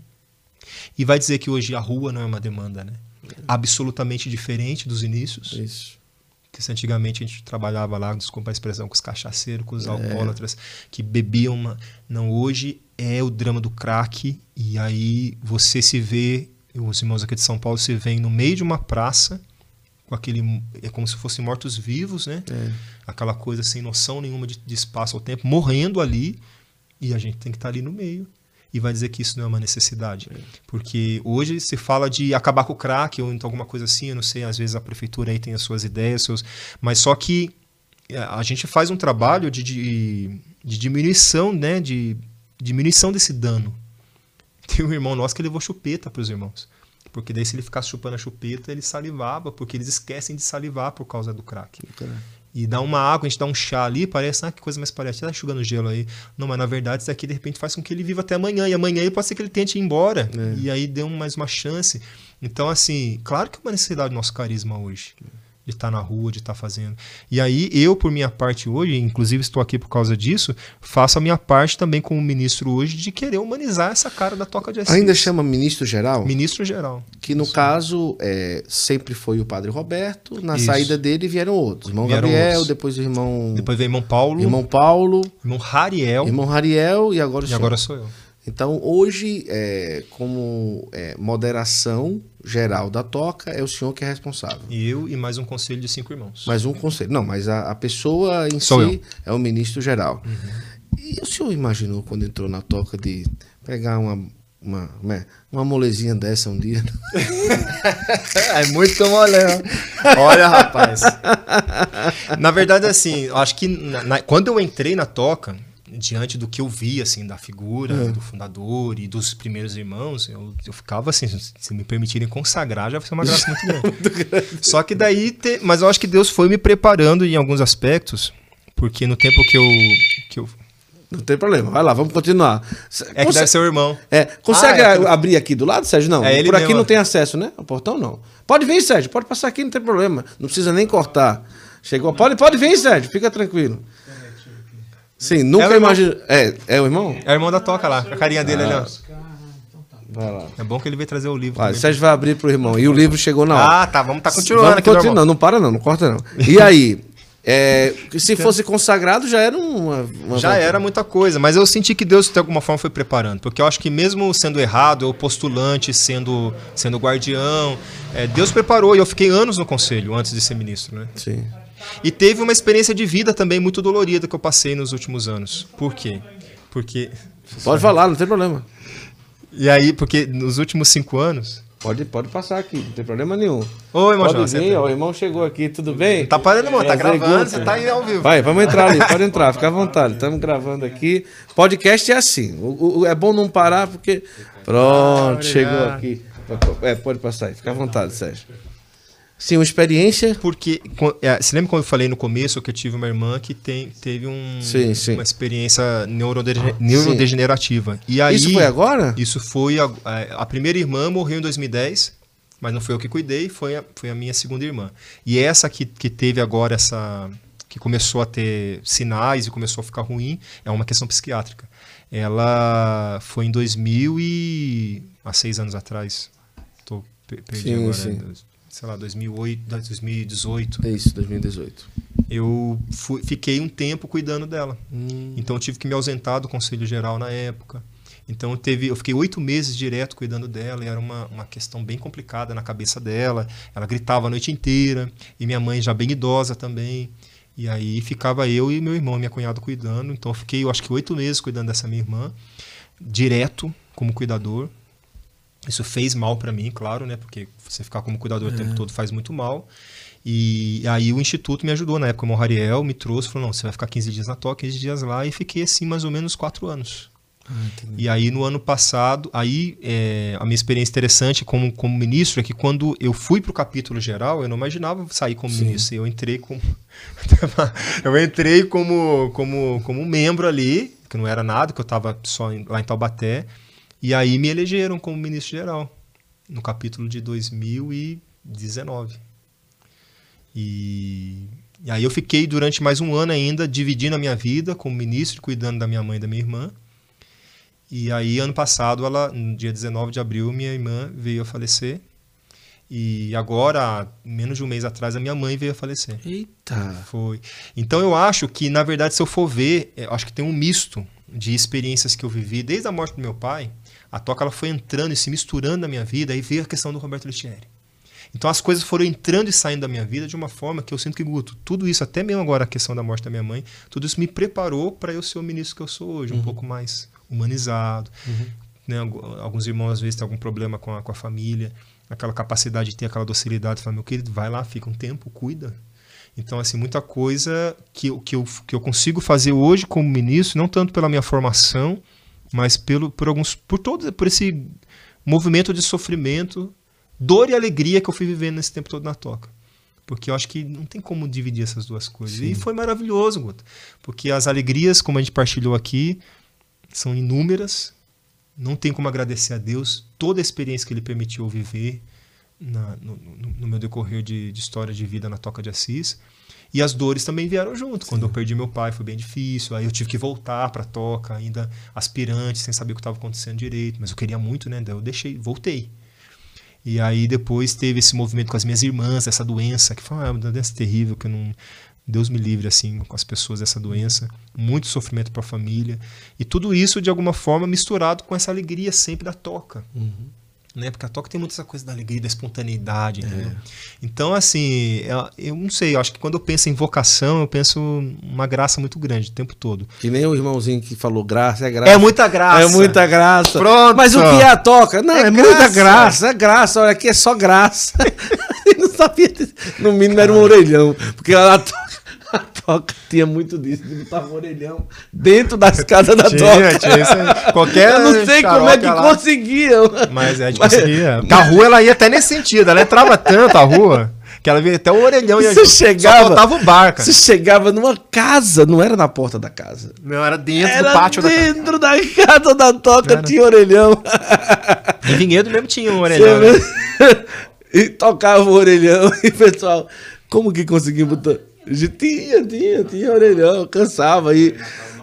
E vai dizer que hoje a rua não é uma demanda, né? É. Absolutamente diferente dos inícios. Isso. Que se antigamente a gente trabalhava lá, desculpa a expressão, com os cachaceiros, com os é. alcoólatras, que bebiam. Uma... Não, hoje é o drama do crack, e aí você se vê, os irmãos aqui de São Paulo se veem no meio de uma praça, com aquele, é como se fossem mortos-vivos, né? É. Aquela coisa sem noção nenhuma de, de espaço ao tempo, morrendo ali, e a gente tem que estar ali no meio. E vai dizer que isso não é uma necessidade. É. Porque hoje se fala de acabar com o crack, ou então alguma coisa assim, eu não sei, às vezes a prefeitura aí tem as suas ideias, seus... mas só que a gente faz um trabalho de, de, de diminuição, né? De diminuição desse dano. Tem um irmão nosso que levou chupeta para os irmãos. Porque daí se ele ficasse chupando a chupeta, ele salivava, porque eles esquecem de salivar por causa do crack. E dá uma água, a gente dá um chá ali, parece, ah, que coisa mais parece, tá enxugando gelo aí. Não, mas na verdade isso daqui de repente faz com que ele viva até amanhã, e amanhã pode ser que ele tente ir embora, é. E aí deu mais uma chance. Então, assim, claro que é uma necessidade do nosso carisma hoje, de estar na rua, de estar fazendo. E aí eu, por minha parte hoje, inclusive estou aqui por causa disso, faço a minha parte também como ministro hoje de querer humanizar essa cara da Toca de Assis. Ainda chama ministro geral? Ministro geral. Que no Isso. caso é, sempre foi o padre Roberto, na Isso. saída dele vieram outros. Irmão vieram Gabriel, outros. depois o irmão... Depois veio irmão Paulo. Irmão Paulo. Irmão Rariel. Irmão Rariel e agora o E agora sou eu. Então hoje, é, como é, moderação geral da Toca, é o senhor que é responsável. E eu e mais um conselho de cinco irmãos. Mais um conselho. Não, mas a, a pessoa em Sou si eu. é o ministro geral. Uhum. E o senhor imaginou quando entrou na Toca de pegar uma, uma, uma, uma molezinha dessa um dia? É muito mole. Olha, rapaz. Na verdade, assim, eu acho que na, na, quando eu entrei na Toca, diante do que eu vi, assim, da figura é. do fundador e dos primeiros irmãos, eu, eu ficava assim, se me permitirem consagrar, já vai ser uma graça muito grande. muito grande. Só que daí, te, mas eu acho que Deus foi me preparando em alguns aspectos, porque no tempo que eu... Que eu Não tem problema, vai lá, vamos continuar. É que deve ser o irmão. É, consegue ah, é que... abrir aqui do lado, Sérgio? Não, é ele por aqui mesmo. Não tem acesso, né? O portão não. Pode vir, Sérgio, pode passar aqui, não tem problema. Não precisa nem cortar. Chegou, pode, pode vir, Sérgio, fica tranquilo. Sim, nunca é imagino. É, é o irmão? É o irmão da Toca lá, a carinha dele ali, ó. Vai lá. É bom que ele veio trazer o livro. Vai, Sérgio vai abrir pro irmão. E o livro chegou na hora. Ah, tá, vamos tá continuando vamos aqui. Continua, não, não para não, não corta não. E aí, é, se fosse consagrado já era uma... uma já era muita coisa, mas eu senti que Deus de alguma forma foi preparando. Porque eu acho que mesmo sendo errado, eu postulante, sendo, sendo guardião, é, Deus preparou. E eu fiquei anos no conselho antes de ser ministro, né? Sim. E teve uma experiência de vida também muito dolorida que eu passei nos últimos anos. Por quê? Porque... Pode falar, não tem problema. E aí, porque nos últimos cinco anos... Pode, pode passar aqui, não tem problema nenhum. Oi, irmão pode João. Vir, ó, o irmão chegou aqui, tudo bem? Tá parando, irmão, tá gravando, você tá aí ao vivo. Vai, vamos entrar ali, pode entrar, fica à vontade. Estamos gravando aqui. Podcast é assim, o, o, é bom não parar porque... Pronto, ah, chegou aqui. É, pode passar aí, fica à vontade, Sérgio. Sim, uma experiência... Porque, você lembra quando eu falei no começo que eu tive uma irmã que tem, teve um, sim, sim. uma experiência neurodege, neurodegenerativa. E aí, isso foi agora? Isso foi... A, a primeira irmã morreu em dois mil e dez, mas não foi eu que cuidei, foi a, foi a minha segunda irmã. E essa que, que teve agora essa... que começou a ter sinais e começou a ficar ruim, é uma questão psiquiátrica. Ela foi em dois mil e... há seis anos atrás. Estou perdi sim, agora... Sim. sei lá, dois mil e oito, dois mil e dezoito. É isso, dois mil e dezoito. Eu fui, fiquei um tempo cuidando dela. Hum. Então eu tive que me ausentar do Conselho Geral na época. Então eu, teve, eu fiquei oito meses direto cuidando dela e era uma, uma questão bem complicada na cabeça dela. Ela gritava a noite inteira e minha mãe já bem idosa também. E aí ficava eu e meu irmão, minha cunhada cuidando. Então eu fiquei, eu acho que oito meses cuidando dessa minha irmã, direto como cuidador. Isso fez mal para mim, claro, né? Porque você ficar como cuidador é. o tempo todo faz muito mal. E aí o Instituto me ajudou. Na época o irmão Rariel me trouxe, falou, não, você vai ficar quinze dias na Toca, quinze dias lá. E fiquei assim mais ou menos quatro anos. Ah, e aí no ano passado, aí é, a minha experiência interessante como, como ministro é que quando eu fui para o capítulo geral, eu não imaginava sair como Sim. ministro. Eu entrei como, eu entrei como, como, como membro ali, que não era nada, que eu estava só em, lá em Taubaté. E aí me elegeram como ministro-geral, no capítulo de dois mil e dezenove. E, e aí eu fiquei durante mais um ano ainda, dividindo a minha vida como ministro, cuidando da minha mãe e da minha irmã. E aí, ano passado, ela, no dia dezenove de abril, minha irmã veio a falecer. E agora, menos de um mês atrás, a minha mãe veio a falecer. Eita! Foi. Então eu acho que, na verdade, se eu for ver, eu acho que tem um misto de experiências que eu vivi. Desde a morte do meu pai, a toca ela foi entrando e se misturando na minha vida, aí veio a questão do Roberto Letieri. Então as coisas foram entrando e saindo da minha vida de uma forma que eu sinto que, Guto, tudo isso, até mesmo agora a questão da morte da minha mãe, tudo isso me preparou para eu ser o ministro que eu sou hoje, um uhum. pouco mais humanizado. Uhum. Né? Alguns irmãos às vezes têm algum problema com a, com a família, aquela capacidade de ter aquela docilidade, falar, meu querido, vai lá, fica um tempo, cuida. Então, assim, muita coisa que, que, eu, que eu consigo fazer hoje como ministro, não tanto pela minha formação, mas pelo, por, alguns, por, todo, por esse movimento de sofrimento, dor e alegria que eu fui vivendo nesse tempo todo na toca. Porque eu acho que não tem como dividir essas duas coisas. Sim. E foi maravilhoso, Guto, porque as alegrias, como a gente partilhou aqui, são inúmeras. Não tem como agradecer a Deus toda a experiência que Ele permitiu eu viver na, no, no, no meu decorrer de, de história de vida na Toca de Assis. E as dores também vieram junto. Sim. Quando eu perdi meu pai foi bem difícil. Aí eu tive que voltar para a toca, ainda aspirante, sem saber o que estava acontecendo direito. Mas eu queria muito, né? Daí eu deixei, voltei. E aí depois teve esse movimento com as minhas irmãs, essa doença, que foi uma doença terrível, que eu não... Deus me livre, assim, com as pessoas dessa doença. Muito sofrimento para a família. E tudo isso, de alguma forma, misturado com essa alegria sempre da toca. Uhum. Né? Porque a toca tem muito essa coisa da alegria, da espontaneidade. É. Então, assim, eu, eu não sei, eu acho que quando eu penso em vocação, eu penso uma graça muito grande o tempo todo. Que nem o irmãozinho que falou graça, é graça. É muita graça. É muita graça. Pronto. Mas o que é a toca? Não, é, é muita graça, é graça. Olha, aqui é só graça. Não sabia, no mínimo era um orelhão. Porque a toca, a toca tinha muito disso, de botar um orelhão dentro das casas da tinha, toca. Tinha isso, qualquer eu não sei como é que lá conseguiam. Mas é, a gente conseguia. Porque a rua ela ia até nesse sentido, ela entrava tanto a rua que ela vinha até o orelhão e você chegava, só faltava o bar, cara. Você chegava numa casa, não era na porta da casa. Não, era dentro era do pátio dentro da casa. Dentro da casa da toca era. Tinha orelhão. Em Vinhedo mesmo tinha um orelhão. Né? E tocava o orelhão e o pessoal, como que conseguiu botar? Tinha, tinha, tinha orelhão, cansava. E...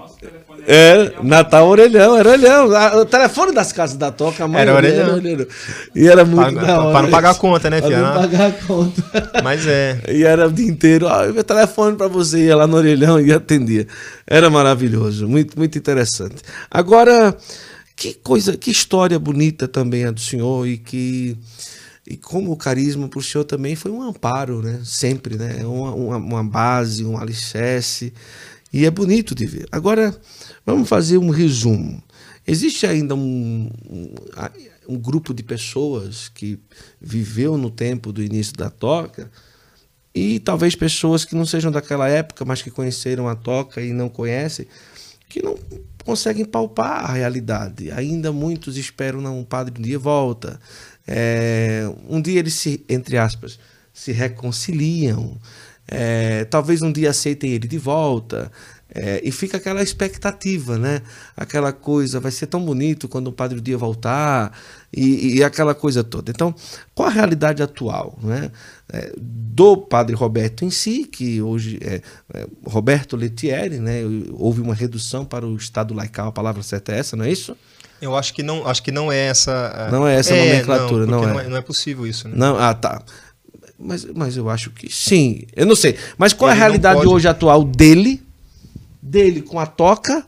É, Natal orelhão, era orelhão. O telefone das casas da toca, a mãe era orelhão. Era orelhão. E era muito pra, da hora. Pra não pagar a conta, né, filho? Pra não pagar a conta. Mas é. E era o dia inteiro, ó, meu telefone pra você, ia lá no orelhão e atendia. Era maravilhoso, muito, muito interessante. Agora, que coisa, que história bonita também a do senhor e que... E como o carisma para o senhor também foi um amparo, né? Sempre, né? Uma, uma, uma base, um alicerce. E é bonito de ver. Agora, vamos fazer um resumo. Existe ainda um, um, um grupo de pessoas que viveu no tempo do início da toca e talvez pessoas que não sejam daquela época, mas que conheceram a toca e não conhecem, que não conseguem palpar a realidade. Ainda muitos esperam, não, o padre um dia volta. É, um dia eles se, entre aspas, se reconciliam, é, talvez um dia aceitem ele de volta, é, e fica aquela expectativa, né? Aquela coisa, vai ser tão bonito quando o padre um dia voltar, e, e aquela coisa toda. Então, qual a realidade atual, né? É, do padre Roberto em si, que hoje é, é Roberto Letieri, né? Houve uma redução para o Estado laical, a palavra certa é essa, não é isso? Eu acho que não, acho que não é essa... Não é essa é, nomenclatura, não, não, é. não é. Não é possível isso, né? Não, ah, tá. Mas, mas eu acho que sim. Eu não sei. Mas qual Ele é a realidade pode... hoje atual dele, dele com a toca?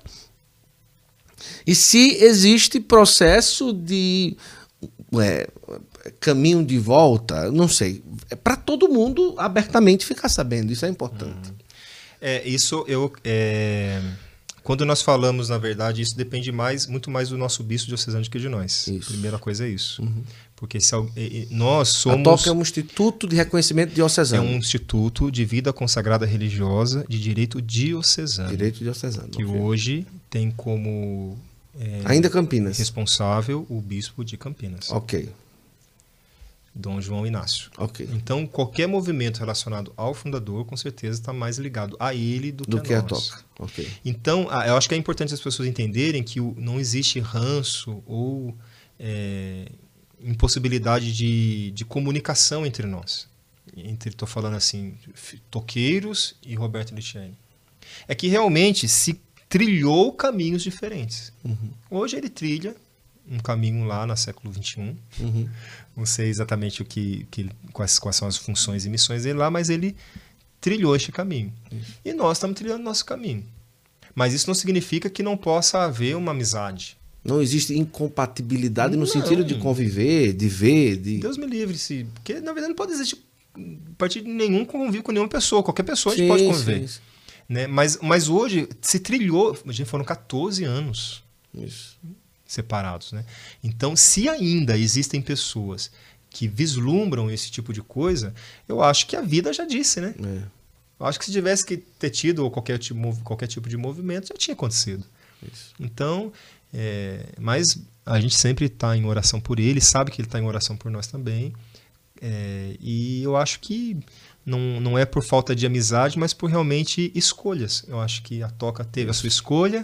E se existe processo de é, caminho de volta? Não sei. É para todo mundo abertamente ficar sabendo. Isso é importante. Hum. É, isso eu... É... Quando nós falamos, na verdade, isso depende mais, muito mais do nosso bispo diocesano do que de nós. Isso. A primeira coisa é isso. Uhum. Porque se, nós somos... A toca é um instituto de reconhecimento diocesano. É um instituto de vida consagrada religiosa de direito diocesano. Direito diocesano. Que okay. hoje tem como... É, ainda Campinas. Responsável o bispo de Campinas. Ok. Dom João Inácio. Okay. Então, qualquer movimento relacionado ao fundador, com certeza está mais ligado a ele do que, do a, que a nós. toca. Okay. Então, eu acho que é importante as pessoas entenderem que não existe ranço ou é, impossibilidade de, de comunicação entre nós. Entre, estou falando assim, Toqueiros e Roberto Licheni. É que realmente se trilhou caminhos diferentes. Uhum. Hoje ele trilha um caminho lá no século vinte e um. Uhum. Não sei exatamente o que, que, quais, quais são as funções e missões dele lá, mas ele trilhou este caminho. Isso. E nós estamos trilhando nosso caminho. Mas isso não significa que não possa haver uma amizade. Não existe incompatibilidade não. no sentido de conviver, de ver, de... Deus me livre, se... porque na verdade não pode existir a partir de nenhum convívio com nenhuma pessoa. Qualquer pessoa sim, a gente pode conviver. Sim. Né? Mas, mas hoje se trilhou, a gente foram quatorze anos Isso. separados. Né? Então, se ainda existem pessoas que vislumbram esse tipo de coisa, eu acho que a vida já disse, né? É. Eu acho que se tivesse que ter tido qualquer tipo, qualquer tipo de movimento, já tinha acontecido. Isso. Então, é, mas a gente sempre está em oração por ele, sabe que ele está em oração por nós também. É, e eu acho que não, não é por falta de amizade, mas por realmente escolhas. Eu acho que a Toca teve a sua escolha,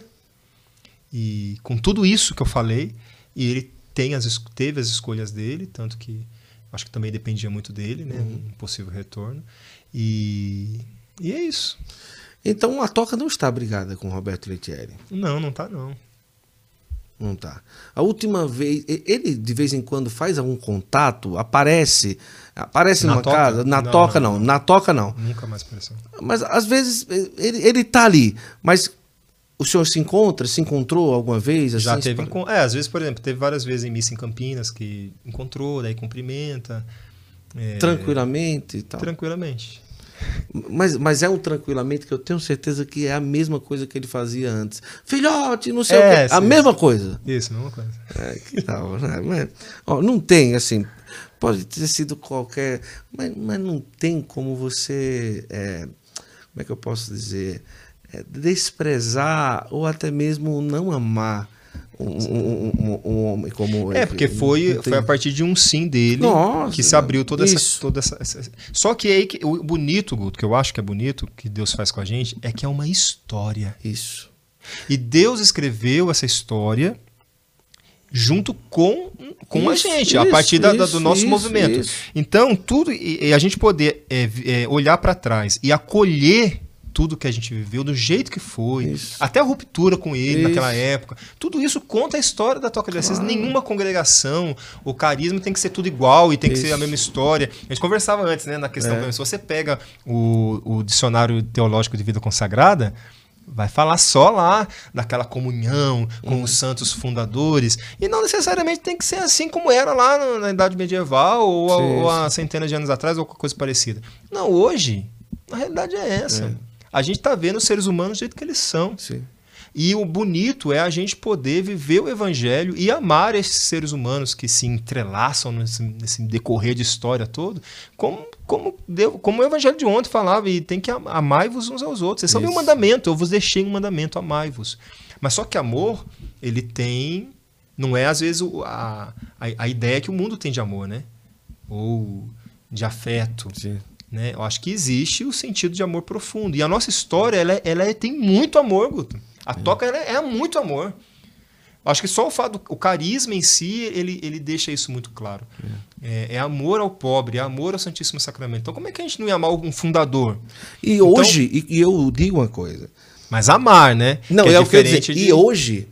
e com tudo isso que eu falei, e ele tem as, teve as escolhas dele, tanto que acho que também dependia muito dele, né, uhum. um possível retorno. E, e é isso. Então a Toca não está brigada com o Roberto Lettieri? Não, não está não. Não tá. A última vez, ele de vez em quando faz algum contato, aparece, aparece na numa toca? casa, na não, toca não, não, não, na toca não. Nunca mais apareceu. Mas às vezes ele, ele tá ali, mas o senhor se encontra, se encontrou alguma vez? Assim, Já teve, para... é, às vezes, por exemplo, teve várias vezes em missa em Campinas que encontrou, daí cumprimenta. É, tranquilamente e tal. Tranquilamente. Mas, mas é um tranquilamente que eu tenho certeza que é a mesma coisa que ele fazia antes. Filhote, não sei é, o quê. A sim, mesma sim. coisa. Isso, a mesma coisa. É, que tal, né? Mas, ó, não tem, assim, pode ter sido qualquer... Mas, mas não tem como você... É, como é que eu posso dizer? É, desprezar ou até mesmo não amar um, um, um, um homem como é, ele. porque foi, foi a partir de um sim dele Nossa, que se abriu toda isso. essa, toda essa, essa... Só que aí que, o bonito, Guto, que eu acho que é bonito, que Deus faz com a gente, é que é uma história. Isso. E Deus escreveu essa história junto com, com isso, a gente, isso, a partir da, isso, do nosso isso, movimento. Isso. Então, tudo, e, e a gente poder é, é, olhar para trás e acolher tudo que a gente viveu, do jeito que foi, isso. até a ruptura com ele isso. naquela época, tudo isso conta a história da Toca de Assis. Claro. Nenhuma congregação, o carisma tem que ser tudo igual e tem isso. que ser a mesma história. A gente conversava antes, né, na questão, é. se você pega o, o Dicionário Teológico de Vida Consagrada, vai falar só lá daquela comunhão com hum. os santos fundadores. E não necessariamente tem que ser assim como era lá na Idade Medieval ou, sim, ou há centenas de anos atrás ou qualquer coisa parecida. Não, hoje, a realidade é essa. É. A gente está vendo os seres humanos do jeito que eles são. Sim. E o bonito é a gente poder viver o evangelho e amar esses seres humanos que se entrelaçam nesse, nesse decorrer de história todo, como, como, Deus, como o evangelho de ontem falava, e tem que amai-vos uns aos outros. Esse é o meu mandamento, eu vos deixei um mandamento, amai-vos. Mas só que amor, ele tem... Não é, às vezes, a, a, a ideia que o mundo tem de amor, né? Ou de afeto. Sim. Né? Eu acho que existe o sentido de amor profundo. E a nossa história, ela, ela é, tem muito amor, Guto. A é. Toca ela é, é muito amor. Eu acho que só o fato, o carisma em si, ele, ele deixa isso muito claro. É. É, é amor ao pobre, é amor ao Santíssimo Sacramento. Então, como é que a gente não ia amar um fundador? E então, hoje, e, e eu digo uma coisa... Mas amar, né? Não, que é, é o que eu ia dizer. de... E hoje,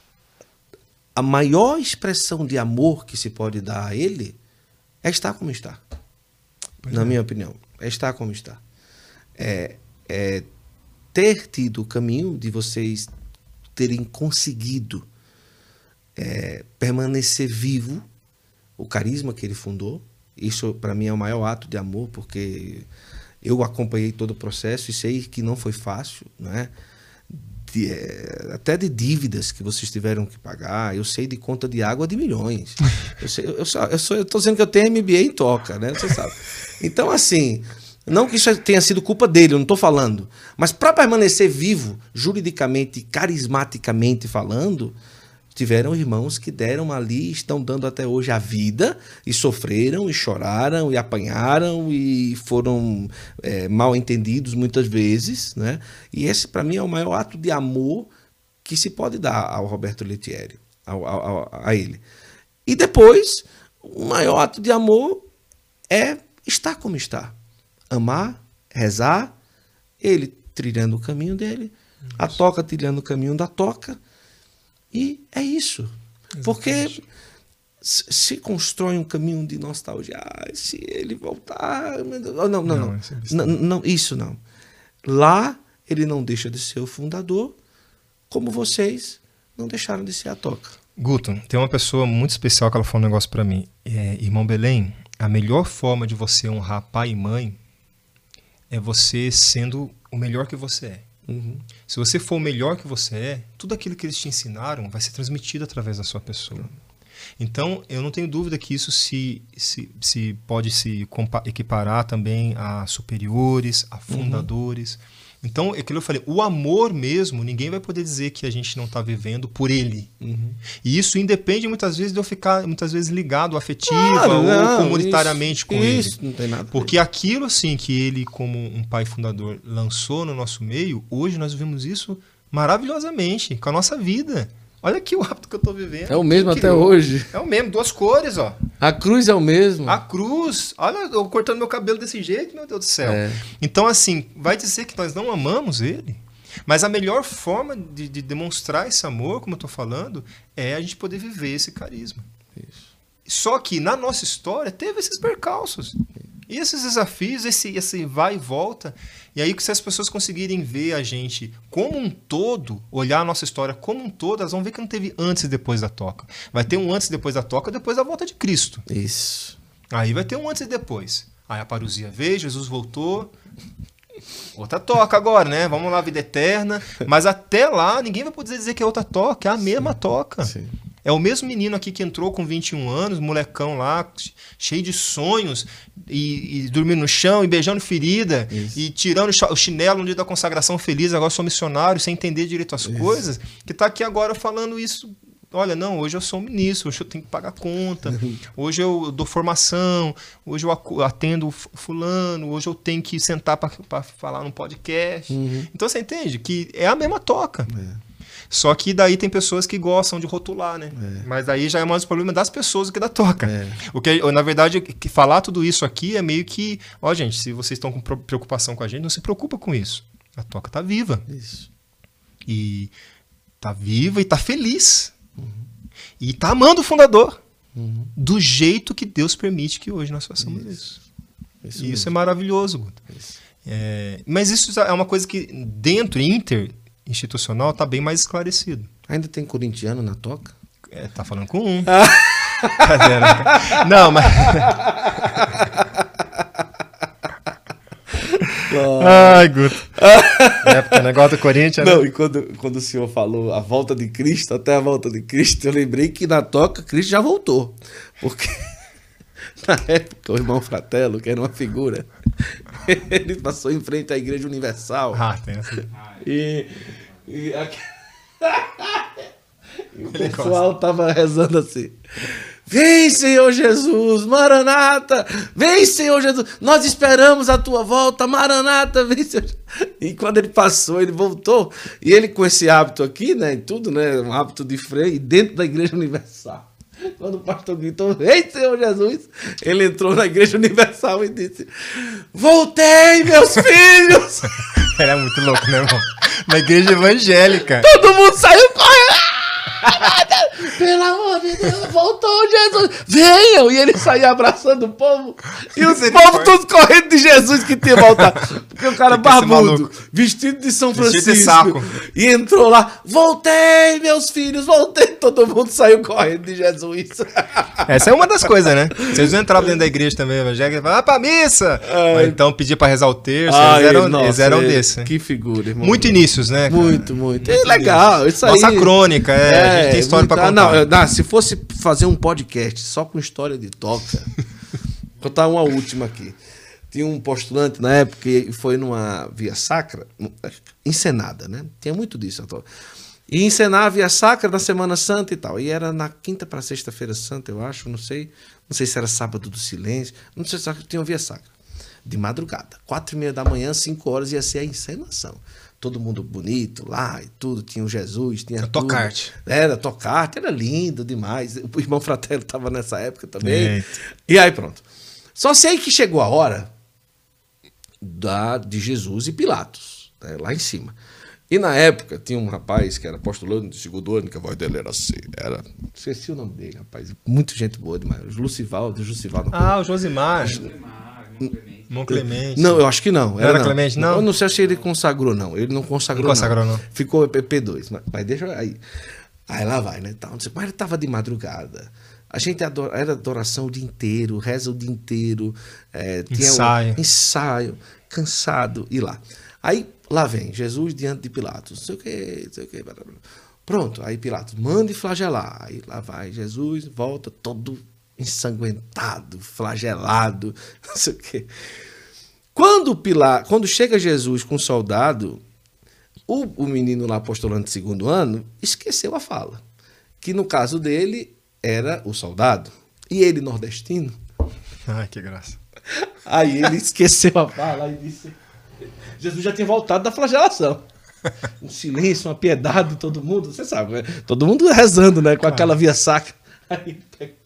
a maior expressão de amor que se pode dar a ele é estar como está. Pois na é. minha opinião, é estar como está. É, é ter tido o caminho de vocês terem conseguido é, permanecer vivo o carisma que ele fundou. Isso, para mim, é o maior ato de amor, porque eu acompanhei todo o processo e sei que não foi fácil, né? De, é, até de dívidas que vocês tiveram que pagar. Eu sei de conta de água de milhões. Eu sei, eu sou, eu sou, eu tô dizendo que eu tenho M B A em Toca, né? Você sabe. Então, assim, não que isso tenha sido culpa dele, eu não estou falando. Mas para permanecer vivo, juridicamente, carismaticamente falando, tiveram irmãos que deram ali, estão dando até hoje a vida, e sofreram, e choraram, e apanharam, e foram é, mal entendidos muitas vezes, né? E esse, para mim, é o maior ato de amor que se pode dar ao Roberto Lettieri, ao, ao, a ele. E depois, o maior ato de amor é estar como está. Amar, rezar, ele trilhando o caminho dele, isso. A toca trilhando o caminho da toca, e é isso. Exatamente. Porque se constrói um caminho de nostalgia. Ah, se ele voltar... Não, não, não. Não, é não, não, isso não. Lá, ele não deixa de ser o fundador, como vocês não deixaram de ser a toca. Guto, tem uma pessoa muito especial que ela falou um negócio pra mim. É, irmão Belém, a melhor forma de você honrar pai e mãe é você sendo o melhor que você é. Uhum. Se você for o melhor que você é, tudo aquilo que eles te ensinaram vai ser transmitido através da sua pessoa. Uhum. Então, eu não tenho dúvida que isso se, se, se pode se equiparar também a superiores, a fundadores. Uhum. Então, é aquilo que eu falei, o amor mesmo, ninguém vai poder dizer que a gente não está vivendo por ele. Uhum. E isso independe muitas vezes de eu ficar muitas vezes ligado afetiva claro, ou não, comunitariamente isso, com isso, ele. Não tem nada porque aquilo assim que ele, como um pai fundador, lançou no nosso meio, hoje nós vivemos isso maravilhosamente, com a nossa vida. Olha aqui o hábito que eu estou vivendo. É o mesmo até hoje. É o mesmo, duas cores, ó. A cruz é o mesmo. A cruz. Olha, eu cortando meu cabelo desse jeito, meu Deus do céu. É. Então, assim, vai dizer que nós não amamos ele? Mas a melhor forma de, de demonstrar esse amor, como eu estou falando, é a gente poder viver esse carisma. Isso. Só que na nossa história teve esses percalços. E esses desafios, esse, esse vai e volta. E aí, se as pessoas conseguirem ver a gente como um todo, olhar a nossa história como um todo, elas vão ver que não teve antes e depois da toca. Vai ter um antes e depois da toca, depois da volta de Cristo. Isso. Aí vai ter um antes e depois. Aí a parousia veio, Jesus voltou. Outra toca agora, né? Vamos lá, vida eterna. Mas até lá, ninguém vai poder dizer que é outra toca. É a mesma Sim. toca. Sim. É o mesmo menino aqui que entrou com vinte e um anos, molecão lá, cheio de sonhos, e, e dormindo no chão, e beijando ferida, Isso. e tirando o chinelo no dia da consagração feliz, agora sou missionário, sem entender direito as Isso. coisas, que está aqui agora falando isso. Olha, não, hoje eu sou um ministro, hoje eu tenho que pagar conta, hoje eu dou formação, hoje eu atendo fulano, hoje eu tenho que sentar para falar num podcast. Uhum. Então você entende que é a mesma toca. É. Só que daí tem pessoas que gostam de rotular, né? É. Mas aí já é mais o problema das pessoas do que da toca. É. O que, na verdade, que falar tudo isso aqui é meio que... Ó, gente, se vocês estão com preocupação com a gente, não se preocupa com isso. A toca tá viva. Isso. E tá viva e tá feliz. Uhum. E tá amando o fundador. Uhum. Do jeito que Deus permite que hoje nós façamos isso. isso. isso e isso é maravilhoso, Guto. Isso. É, mas isso é uma coisa que dentro, inter... institucional está bem mais esclarecido. Ainda tem corintiano na toca? É, tá falando com um. Cadê, né? Não, mas... Ai, Guto. É, porque o negócio do Corinthians... Não, né? E quando, quando o senhor falou a volta de Cristo, até a volta de Cristo, eu lembrei que na toca Cristo já voltou. Porque na época o irmão Fratello, que era uma figura, ele passou em frente à Igreja Universal. Ah, tem essa. E, e, aqui... e o pessoal estava rezando assim: vem, Senhor Jesus, Maranata, vem, Senhor Jesus, nós esperamos a tua volta, Maranata, vem, Senhor. E quando ele passou, ele voltou, e ele com esse hábito aqui, né, e tudo, né, um hábito de freio, dentro da Igreja Universal. Quando o pastor gritou, vem, Senhor Jesus, ele entrou na Igreja Universal e disse: voltei, meus filhos. Era muito louco, né, irmão? Na igreja evangélica. Todo mundo saiu correndo. Pelo amor de Deus, voltou Jesus. Venham! E ele saía abraçando o povo. E os povos todos correndo de Jesus que tinha voltado. Porque o cara barbudo, vestido de São Francisco. Vestido de saco. E entrou lá, voltei, meus filhos, voltei. Todo mundo saiu correndo de Jesus. Essa é uma das coisas, né? Vocês não entravam dentro da igreja também, evangélica, e falavam, ah, pra missa! Ai. Ou então pedir pra rezar o terço. Ai, eles eram, nossa, eles eram é, desse. Que figura, irmão. Muito inícios, né? Cara? Muito, muito. É legal. Isso aí. Nossa crônica, é, é. A gente tem história muito, pra contar. Não, não, se fosse fazer um podcast só com história de toca, vou contar uma última aqui. Tinha um postulante na época que foi numa via sacra, encenada, né? Tinha muito disso. E encenar a Via Sacra na Semana Santa e tal. E era na quinta para sexta-feira santa, eu acho, não sei. Não sei se era sábado do silêncio. Não sei se tinha Via Sacra. De madrugada. Quatro e meia da manhã, cinco horas, ia ser a encenação. Todo mundo bonito lá e tudo. Tinha o Jesus, tinha tudo. Tocarte. Era tocarte, era lindo demais. O irmão Fratello estava nessa época também. Eita. E aí pronto. Só sei que chegou a hora da, de Jesus e Pilatos, né, lá em cima. E na época tinha um rapaz que era apostolando de segundo ano, que a voz dele era assim. Era, esqueci o nome dele, rapaz. Muito gente boa demais. O Lucivaldo, Jucivaldo. Ah, o Josimar. Irmão Clemente. Não, eu acho que não. Não era não. Clemente, não? Eu não sei se ele consagrou, não. Ele não consagrou, Não consagrou, não. Ficou P dois. Mas, mas deixa aí. Aí lá vai, né? Então, mas ele tava de madrugada. A gente adora, era adoração o dia inteiro, reza o dia inteiro. É, tinha ensaio. Um, ensaio, cansado, e lá. Aí, lá vem, Jesus diante de Pilatos. Não sei o que, não sei o que. Blá, blá, blá. Pronto, aí Pilatos, mande flagelar. Aí lá vai Jesus, volta todo ensanguentado, flagelado, não sei o quê. Quando, Pilar, quando chega Jesus com o soldado, o, o menino lá apostolando de segundo ano esqueceu a fala. Que no caso dele era o soldado. E ele nordestino. Ai, que graça. Aí ele esqueceu a fala e disse... Jesus já tinha voltado da flagelação. Um silêncio, uma piedade de todo mundo. Você sabe, né? Todo mundo rezando, né? Com claro. Aquela Via Sacra. Aí...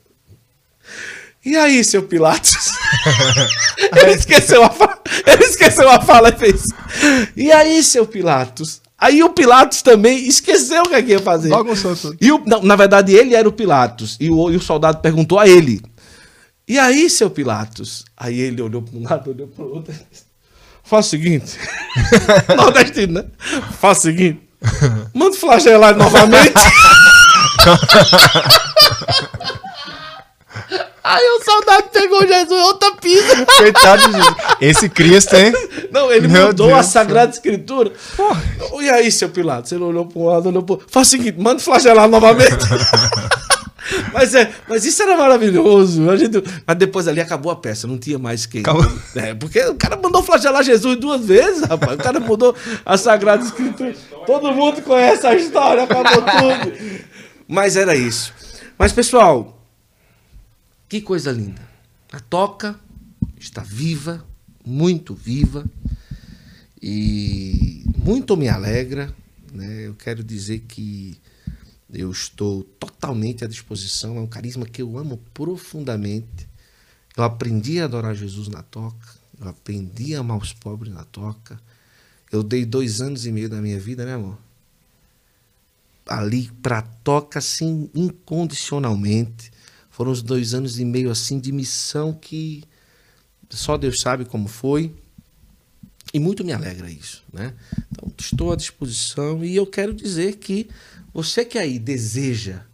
E aí, seu Pilatos? Ele esqueceu a fala. Ele esqueceu a fala e fez. E aí, seu Pilatos? Aí o Pilatos também esqueceu o que, é que ia fazer. Bagunçou tudo. E o, não, na verdade, ele era o Pilatos. E o, e o soldado perguntou a ele. E aí, seu Pilatos? Aí ele olhou para um lado, olhou para o outro. Faz o seguinte. Nordestino, né? Faz o seguinte. Manda flagelar novamente. Aí o soldado pegou Jesus e outra pisa. Coitado de Jesus. Esse Cristo, hein? Não, ele Meu mudou Deus a Sagrada Escritura. Porra. E aí, seu Pilatos? Ele olhou para um lado, olhou para o outro. Faz o seguinte, manda flagelar novamente. Mas, é, mas isso era maravilhoso. A gente, mas depois ali acabou a peça, não tinha mais quem. É, porque o cara mandou flagelar Jesus duas vezes, rapaz. O cara mudou a Sagrada Escritura. Todo mundo conhece a história, acabou tudo. Mas era isso. Mas, pessoal, que coisa linda. A toca está viva, muito viva. E muito me alegra. Né? Eu quero dizer que eu estou totalmente à disposição. É um carisma que eu amo profundamente. Eu aprendi a adorar Jesus na toca. Eu aprendi a amar os pobres na toca. Eu dei dois anos e meio da minha vida, né, amor? Ali para a toca, assim, incondicionalmente. Foram os dois anos e meio, assim, de missão que só Deus sabe como foi. E muito me alegra isso, né? Então, estou à disposição e eu quero dizer que você que aí deseja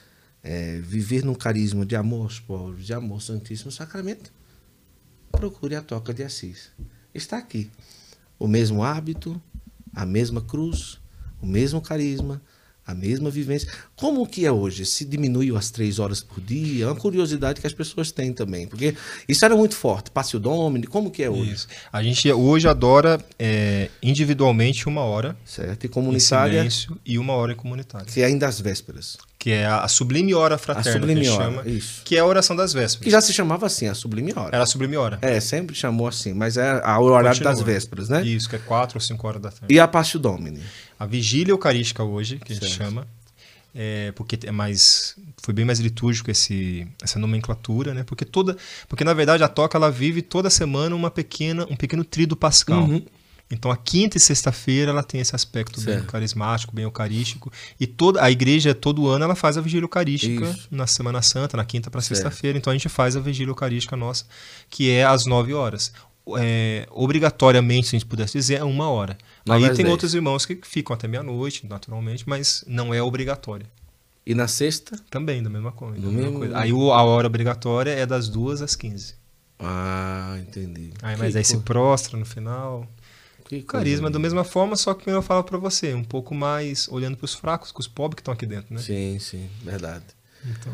é, viver num carisma de amor aos pobres, de amor ao Santíssimo Sacramento, procure a Toca de Assis. Está aqui. O mesmo hábito, a mesma cruz, o mesmo carisma, a mesma vivência. Como que é hoje? Se diminuiu as três horas por dia? É uma curiosidade que as pessoas têm também. Porque isso era muito forte. Passio Domini, como que é hoje? Isso. A gente hoje adora é, individualmente uma hora. Certo. E comunitária. Em silêncio, e uma hora em comunitária. Que é ainda às vésperas. Que é a, a Sublime Hora Fraterna. A Sublime que Hora, chama, isso. Que é a oração das vésperas. Que já se chamava assim, a Sublime Hora. Era a Sublime Hora. É, sempre chamou assim. Mas é a horário Continua. das vésperas, né? Isso, que é quatro ou cinco horas da tarde. E a Passio Domini? A Vigília Eucarística hoje, que certo. A gente chama. É, porque é mais, foi bem mais litúrgico esse, essa nomenclatura, né? Porque toda, porque na verdade a toca ela vive toda semana uma pequena, um pequeno tríduo pascal. Uhum. Então a quinta e sexta-feira ela tem esse aspecto certo. Bem carismático, bem eucarístico, e toda a igreja todo ano ela faz a vigília eucarística isso. Na Semana Santa, na quinta para sexta-feira. Então a gente faz a vigília eucarística nossa, que é às nove horas. É, obrigatoriamente, se a gente pudesse dizer, é uma hora. Aí tem dez. Outros irmãos que ficam até meia-noite, naturalmente, mas não é obrigatória. E na sexta? Também, da mesma coisa. Da mesma mesma coisa. Aí a hora obrigatória é das duas às quinze. Ah, entendi. Aí, mas que aí co... se prostra no final. Que carisma, da mesma forma, só que eu falo para você, um pouco mais olhando para os fracos, com os pobres que estão aqui dentro, né? Sim, sim, verdade. Então...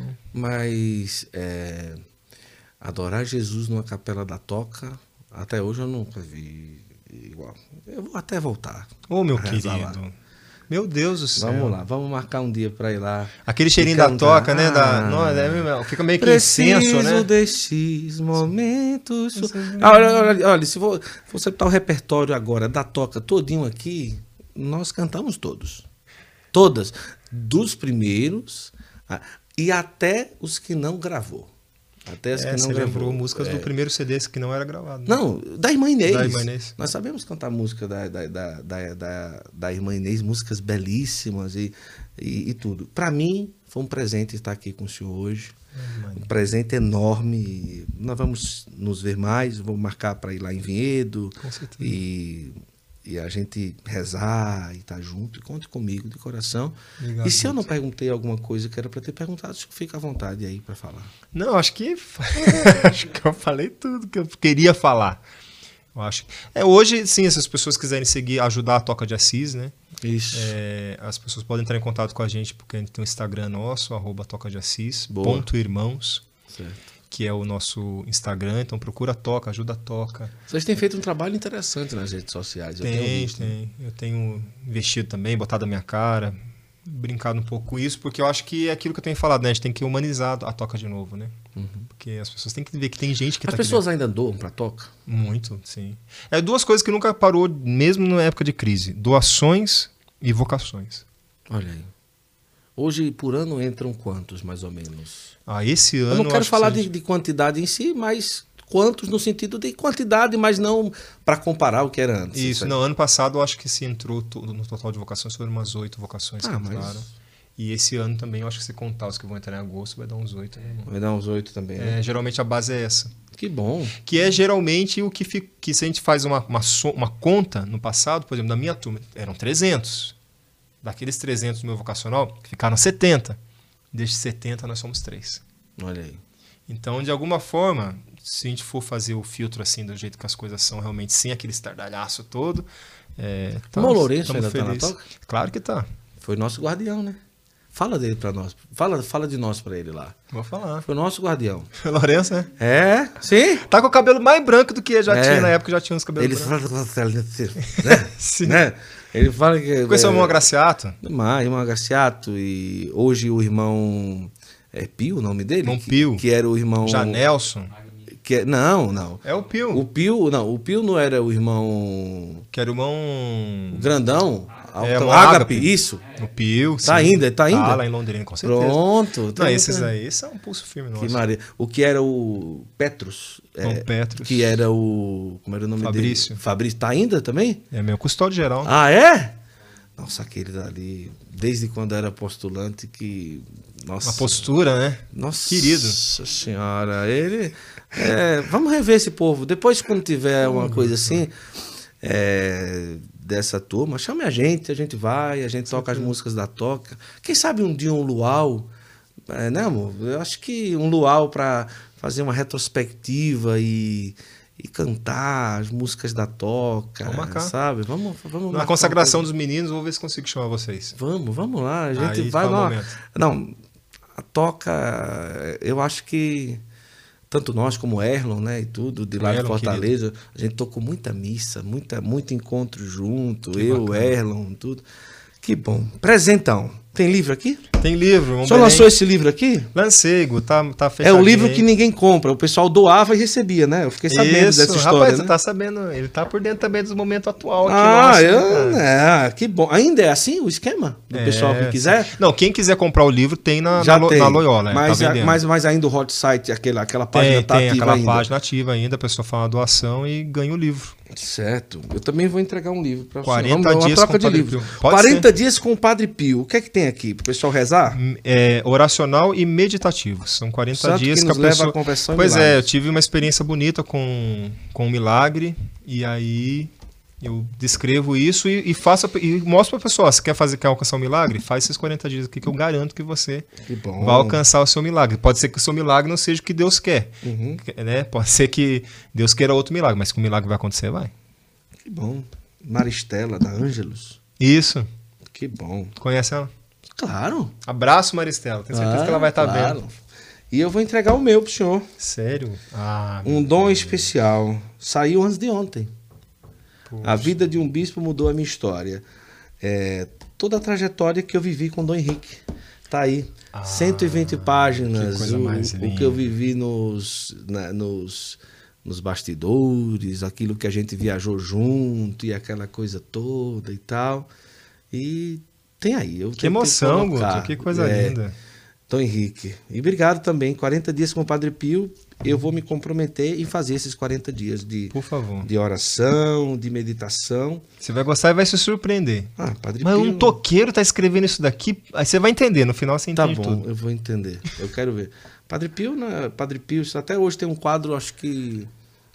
Mas é, adorar Jesus numa capela da Toca... Até hoje eu nunca vi igual. Eu vou até voltar. Ô, meu querido. Lá. Meu Deus do céu. Vamos lá, vamos marcar um dia pra ir lá. Aquele cheirinho da toca, né? Da, não, é, fica meio que incenso, né? Preciso destes momentos. Ah, olha, olha, olha, se for, você botar o repertório agora da toca todinho aqui, nós cantamos todos. Todas. Dos primeiros e até os que não gravou. Até as é, que não você gravou. lembrou músicas é. do primeiro C D que não era gravado. Né? Não, da Irmã Inês. Da Irmã Inês. Nós sabemos cantar música da, da, da, da, da, da Irmã Inês, músicas belíssimas e, e, e tudo. Para mim, foi um presente estar aqui com o senhor hoje. É, um presente enorme. Nós vamos nos ver mais, vou marcar para ir lá em Vinhedo. Com certeza. E, e a gente rezar e estar junto. E conte comigo de coração. Obrigado, e se muito. eu não perguntei alguma coisa que era para ter perguntado, fica à vontade aí para falar. Não, acho que acho que eu falei tudo que eu queria falar. Eu acho. É, hoje, sim, se as pessoas quiserem seguir, ajudar a Toca de Assis, né? Isso. É, as pessoas podem entrar em contato com a gente, porque a gente tem um Instagram nosso, arroba Toca de Assis, ponto irmãos, certo. Que é o nosso Instagram. Então procura a Toca, ajuda a Toca. Vocês têm feito um trabalho interessante nas redes sociais. Eu tem, tenho visto, tem. Né? Eu tenho investido também, botado a minha cara, brincado um pouco com isso, porque eu acho que é aquilo que eu tenho falado, né? A gente tem que humanizar a Toca de novo, né? Uhum. Porque as pessoas têm que ver que tem gente que As tá pessoas querendo. ainda doam pra Toca? Muito, sim. É duas coisas que nunca parou, mesmo na época de crise. Doações e vocações. Olha aí. Hoje, por ano, entram quantos, mais ou menos? Ah, esse ano... Eu não quero acho falar que de, de quantidade em si, mas quantos no sentido de quantidade, mas não para comparar o que era antes. Isso, não, ano passado eu acho que se entrou to- no total de vocações, foram umas oito vocações Ah, que mas- entraram. E esse ano também, eu acho que se contar os que vão entrar em agosto, vai dar uns oito. Né? Vai dar uns oito também, né? É, geralmente a base é essa. Que bom. Que é geralmente o que, fi- que se a gente faz uma, uma, so- uma conta no passado, por exemplo, na minha turma, eram trezentos. Daqueles trezentos do meu vocacional, ficaram setenta. Desses setenta, nós somos três. Olha aí. Então, de alguma forma, se a gente for fazer o filtro assim, do jeito que as coisas são realmente, sem aquele estardalhaço todo... É, O Irmão Lourenço ainda está na Toca? Claro que tá. Foi nosso guardião, né? Fala dele para nós. Fala, fala de nós para ele lá. Vou falar. Foi nosso guardião. Lourenço, né? É? Sim? Tá com o cabelo mais branco do que já É. tinha na época, já tinha uns cabelos Ele brancos. fala... né? Sim. né? Ele fala que... Conheceu o irmão Agraciato? Demais, irmão Agraciato. E hoje o irmão... É Pio o nome dele? Irmão Que- Pio. Que era o irmão... Janelson. Que é, não, não. É o Pio. O Pio... Não, o Pio não era o irmão... Que era o irmão... O grandão? É, Altão- o Ágape, Ágape. isso. O Pio. Tá sim. ainda, tá ainda? Tá lá em Londrina, com certeza. Pronto. Não, Tem- esses tem- aí são um pulso firme nosso. Que Maria. O que era o Petrus. Irmão é, Petrus. Que era o... Como era o nome Fabrício. dele? Fabrício. Tá ainda também? É meu custódio geral. Ah, é? Nossa, aquele dali... Desde quando era postulante que... Nossa. Uma postura, né? Nossa Querido. senhora, ele... é, vamos rever esse povo. Depois, quando tiver uma coisa assim, é, dessa turma, chame a gente, a gente vai, a gente toca as músicas da Toca. Quem sabe um dia um luau, é, né, amor? Eu acho que um luau para fazer uma retrospectiva e, e cantar as músicas da Toca, Vamos marcar. sabe? Vamos, vamos Na marcar consagração uma dos meninos, vou ver se consigo chamar vocês. coisa. Vamos, vamos lá. A gente Aí vai tá o lá. momento. Não, a Toca, eu acho que tanto nós como o Erlon, né, e tudo, de lá de Erlon, Fortaleza, a gente tocou muita missa, muita, muito encontro junto, Que eu, bacana. Erlon, tudo. Que bom. Presentão. Tem livro aqui? Tem livro. O Um senhor lançou esse livro aqui? Lancei, tá, tá É fechadinho. o livro aí. que ninguém compra. O pessoal doava e recebia, né? Eu fiquei sabendo Isso, dessa história, rapaz, né? você tá sabendo, ele tá por dentro também do momento atual aqui Ah, nosso, eu, né, cara? né? Que bom. Ainda é assim o esquema? Do É, pessoal que quiser? Não, quem quiser comprar o livro tem na, Já na, Lo- tem. na Loyola, mas, tá a- vendendo. mas, mas ainda o hot site, aquela, aquela página tem, tá tem ativa aquela ainda. página ativa ainda, a pessoa faz uma doação e ganha o livro. Certo. Eu também vou entregar um livro para você. quarenta Vamos, uma dias troca com o de Padre livro. Pio. Pode quarenta dias com o Padre Pio. O que é que tem aqui? Para o pessoal rezar? É, oracional e meditativo. São quarenta Santo dias que que, nos a leva pessoa... à conversão e Pois é, milagres. eu tive uma experiência bonita com, com o milagre, e aí eu descrevo isso e, e faço e mostro para a pessoa, se quer fazer, quer alcançar um milagre, faz esses quarenta dias aqui que eu garanto que você Que bom. vai alcançar o seu milagre. Pode ser que o seu milagre não seja o que Deus quer, Uhum. né? Pode ser que Deus queira outro milagre, mas que o milagre vai acontecer, vai. Que bom. Maristela, da Ângelos. Isso. Que bom. Conhece ela? Claro. Abraço, Maristela. Tenho certeza Ah, que ela vai estar claro. vendo. E eu vou entregar o meu pro senhor. Sério? Ah, Um dom especial. Saiu antes de ontem. Poxa. A vida de um bispo mudou a minha história. É, toda a trajetória que eu vivi com Dom Henrique. Tá aí, ah, cento e vinte páginas, que coisa mais o, o que eu vivi nos, na, nos, nos bastidores, aquilo que a gente viajou junto e aquela coisa toda e tal. E tem aí. Eu que emoção, Guto, que coisa é, linda. Dom Henrique. E obrigado também, quarenta dias com o Padre Pio. Eu vou me comprometer em fazer esses quarenta dias de, Por favor. de oração, de meditação. Você vai gostar e vai se surpreender. Ah, Padre Mas Pio... um toqueiro tá escrevendo isso daqui, aí você vai entender, no final você entende tudo. Tá bom, tudo. eu vou entender. Eu quero ver. Padre Pio, né? Padre Pio, até hoje tem um quadro, acho que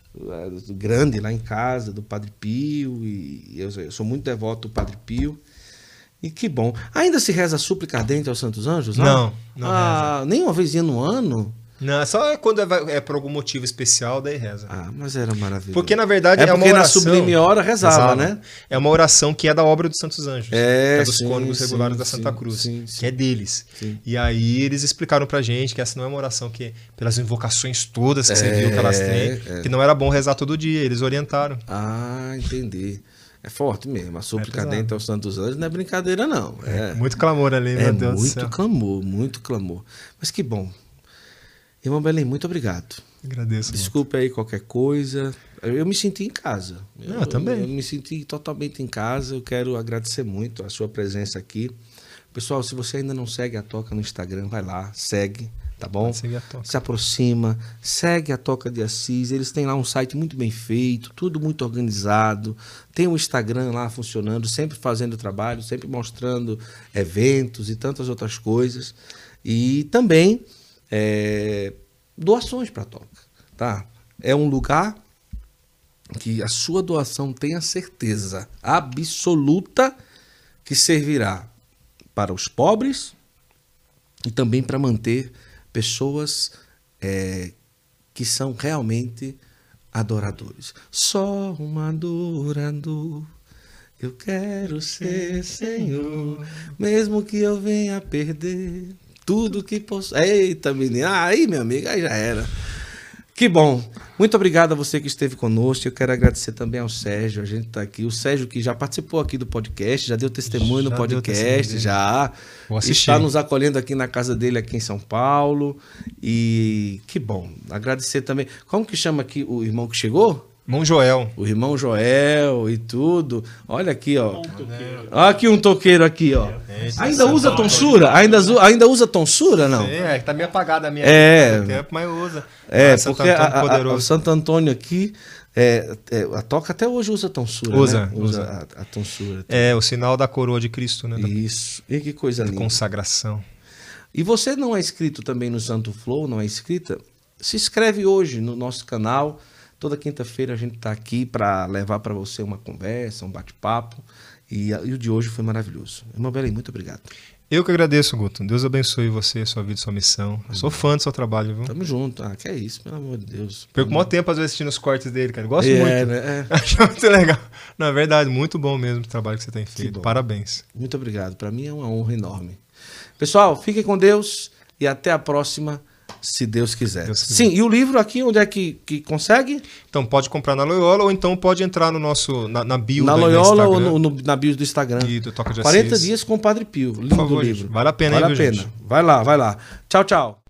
é, grande lá em casa, do Padre Pio, e eu, eu sou muito devoto do Padre Pio. E que bom. Ainda se reza súplica ardente aos Santos Anjos? Lá? Não, não ah, reza. Nem uma vezinha no ano? Não, só quando é, é por algum motivo especial, daí reza. Ah, mas era maravilhoso. Porque, na verdade, é, é uma oração... na sublime hora rezava, rezava, né? É uma oração que é da obra dos Santos Anjos. É, é dos sim, cônegos sim, regulares da sim, Santa Cruz. Sim, sim. Que é deles. Sim. E aí eles explicaram pra gente que essa não é uma oração que, pelas invocações todas que é, você viu que elas têm, é. que não era bom rezar todo dia. Eles orientaram. Ah, entendi. É forte mesmo. A súplica é dentro aos Santos Anjos não é brincadeira, não. É, muito clamor ali, meu é Deus do muito céu. clamor, muito clamor. Mas que bom. Irmão Belém, muito obrigado. Agradeço. Desculpe muito. Aí qualquer coisa. Eu me senti em casa. Eu, eu também. Eu, eu me senti totalmente em casa. Eu quero agradecer muito a sua presença aqui. Pessoal, se você ainda não segue a Toca no Instagram, vai lá, segue. Tá bom? Se aproxima, segue a Toca de Assis. Eles têm lá um site muito bem feito, tudo muito organizado. Tem o Instagram lá funcionando, sempre fazendo trabalho, sempre mostrando eventos e tantas outras coisas. E também é, doações para a Toca. Tá? É um lugar que a sua doação tenha certeza absoluta que servirá para os pobres e também para manter pessoas é, que são realmente adoradores. Só um adorador, eu quero ser Senhor, mesmo que eu venha a perder tudo que posso. Eita, menina, aí, meu amigo, aí já era. Que bom. Muito obrigado a você que esteve conosco. Eu quero agradecer também ao Sérgio. A gente está aqui. O Sérgio que já participou aqui do podcast, já deu testemunho já no podcast, já. Está nos acolhendo aqui na casa dele, aqui em São Paulo. E que bom. Agradecer também. Como que chama aqui o irmão que chegou? Irmão Joel. O irmão Joel e tudo. Olha aqui, ó. Olha aqui um toqueiro aqui, ó. Ainda usa tonsura? Ainda, ainda usa tonsura, não? É, tá meio apagada a minha é, tempo, mas usa. É, mas porque a, a, o Santo Antônio aqui, é, é, a Toca até hoje usa tonsura, usa, né? Usa, usa. A, a tonsura. É, o sinal da coroa de Cristo, né? Isso. E que coisa linda. Consagração. E você não é inscrito também no Santo Flow, não é inscrita? Se inscreve hoje no nosso canal. Toda quinta-feira a gente está aqui para levar para você uma conversa, um bate-papo. E, e o de hoje foi maravilhoso. Irmão Belém, muito obrigado. Eu que agradeço, Guto. Deus abençoe você, sua vida, sua missão. Eu sou fã do seu trabalho, viu? Tamo junto. Ah, que é isso, pelo amor de Deus. Perco o maior tempo, às vezes, assistindo os cortes dele, cara. Gosto é, muito. Né? É. Acho muito legal. Na verdade, muito bom mesmo o trabalho que você tem feito. Parabéns. Muito obrigado. Para mim é uma honra enorme. Pessoal, fiquem com Deus e até a próxima, se Deus quiser. Deus quiser. Sim, e o livro aqui, onde é que, que consegue? Então, pode comprar na Loyola ou então pode entrar no nosso, na, na bio na Loyola ou no, no, na bio do Instagram. E do Toca de quarenta dias com o Padre Pio. Lindo favor, livro. Gente, vale a pena, vale hein, a pena. Gente? Vai lá, vai lá. Tchau, tchau.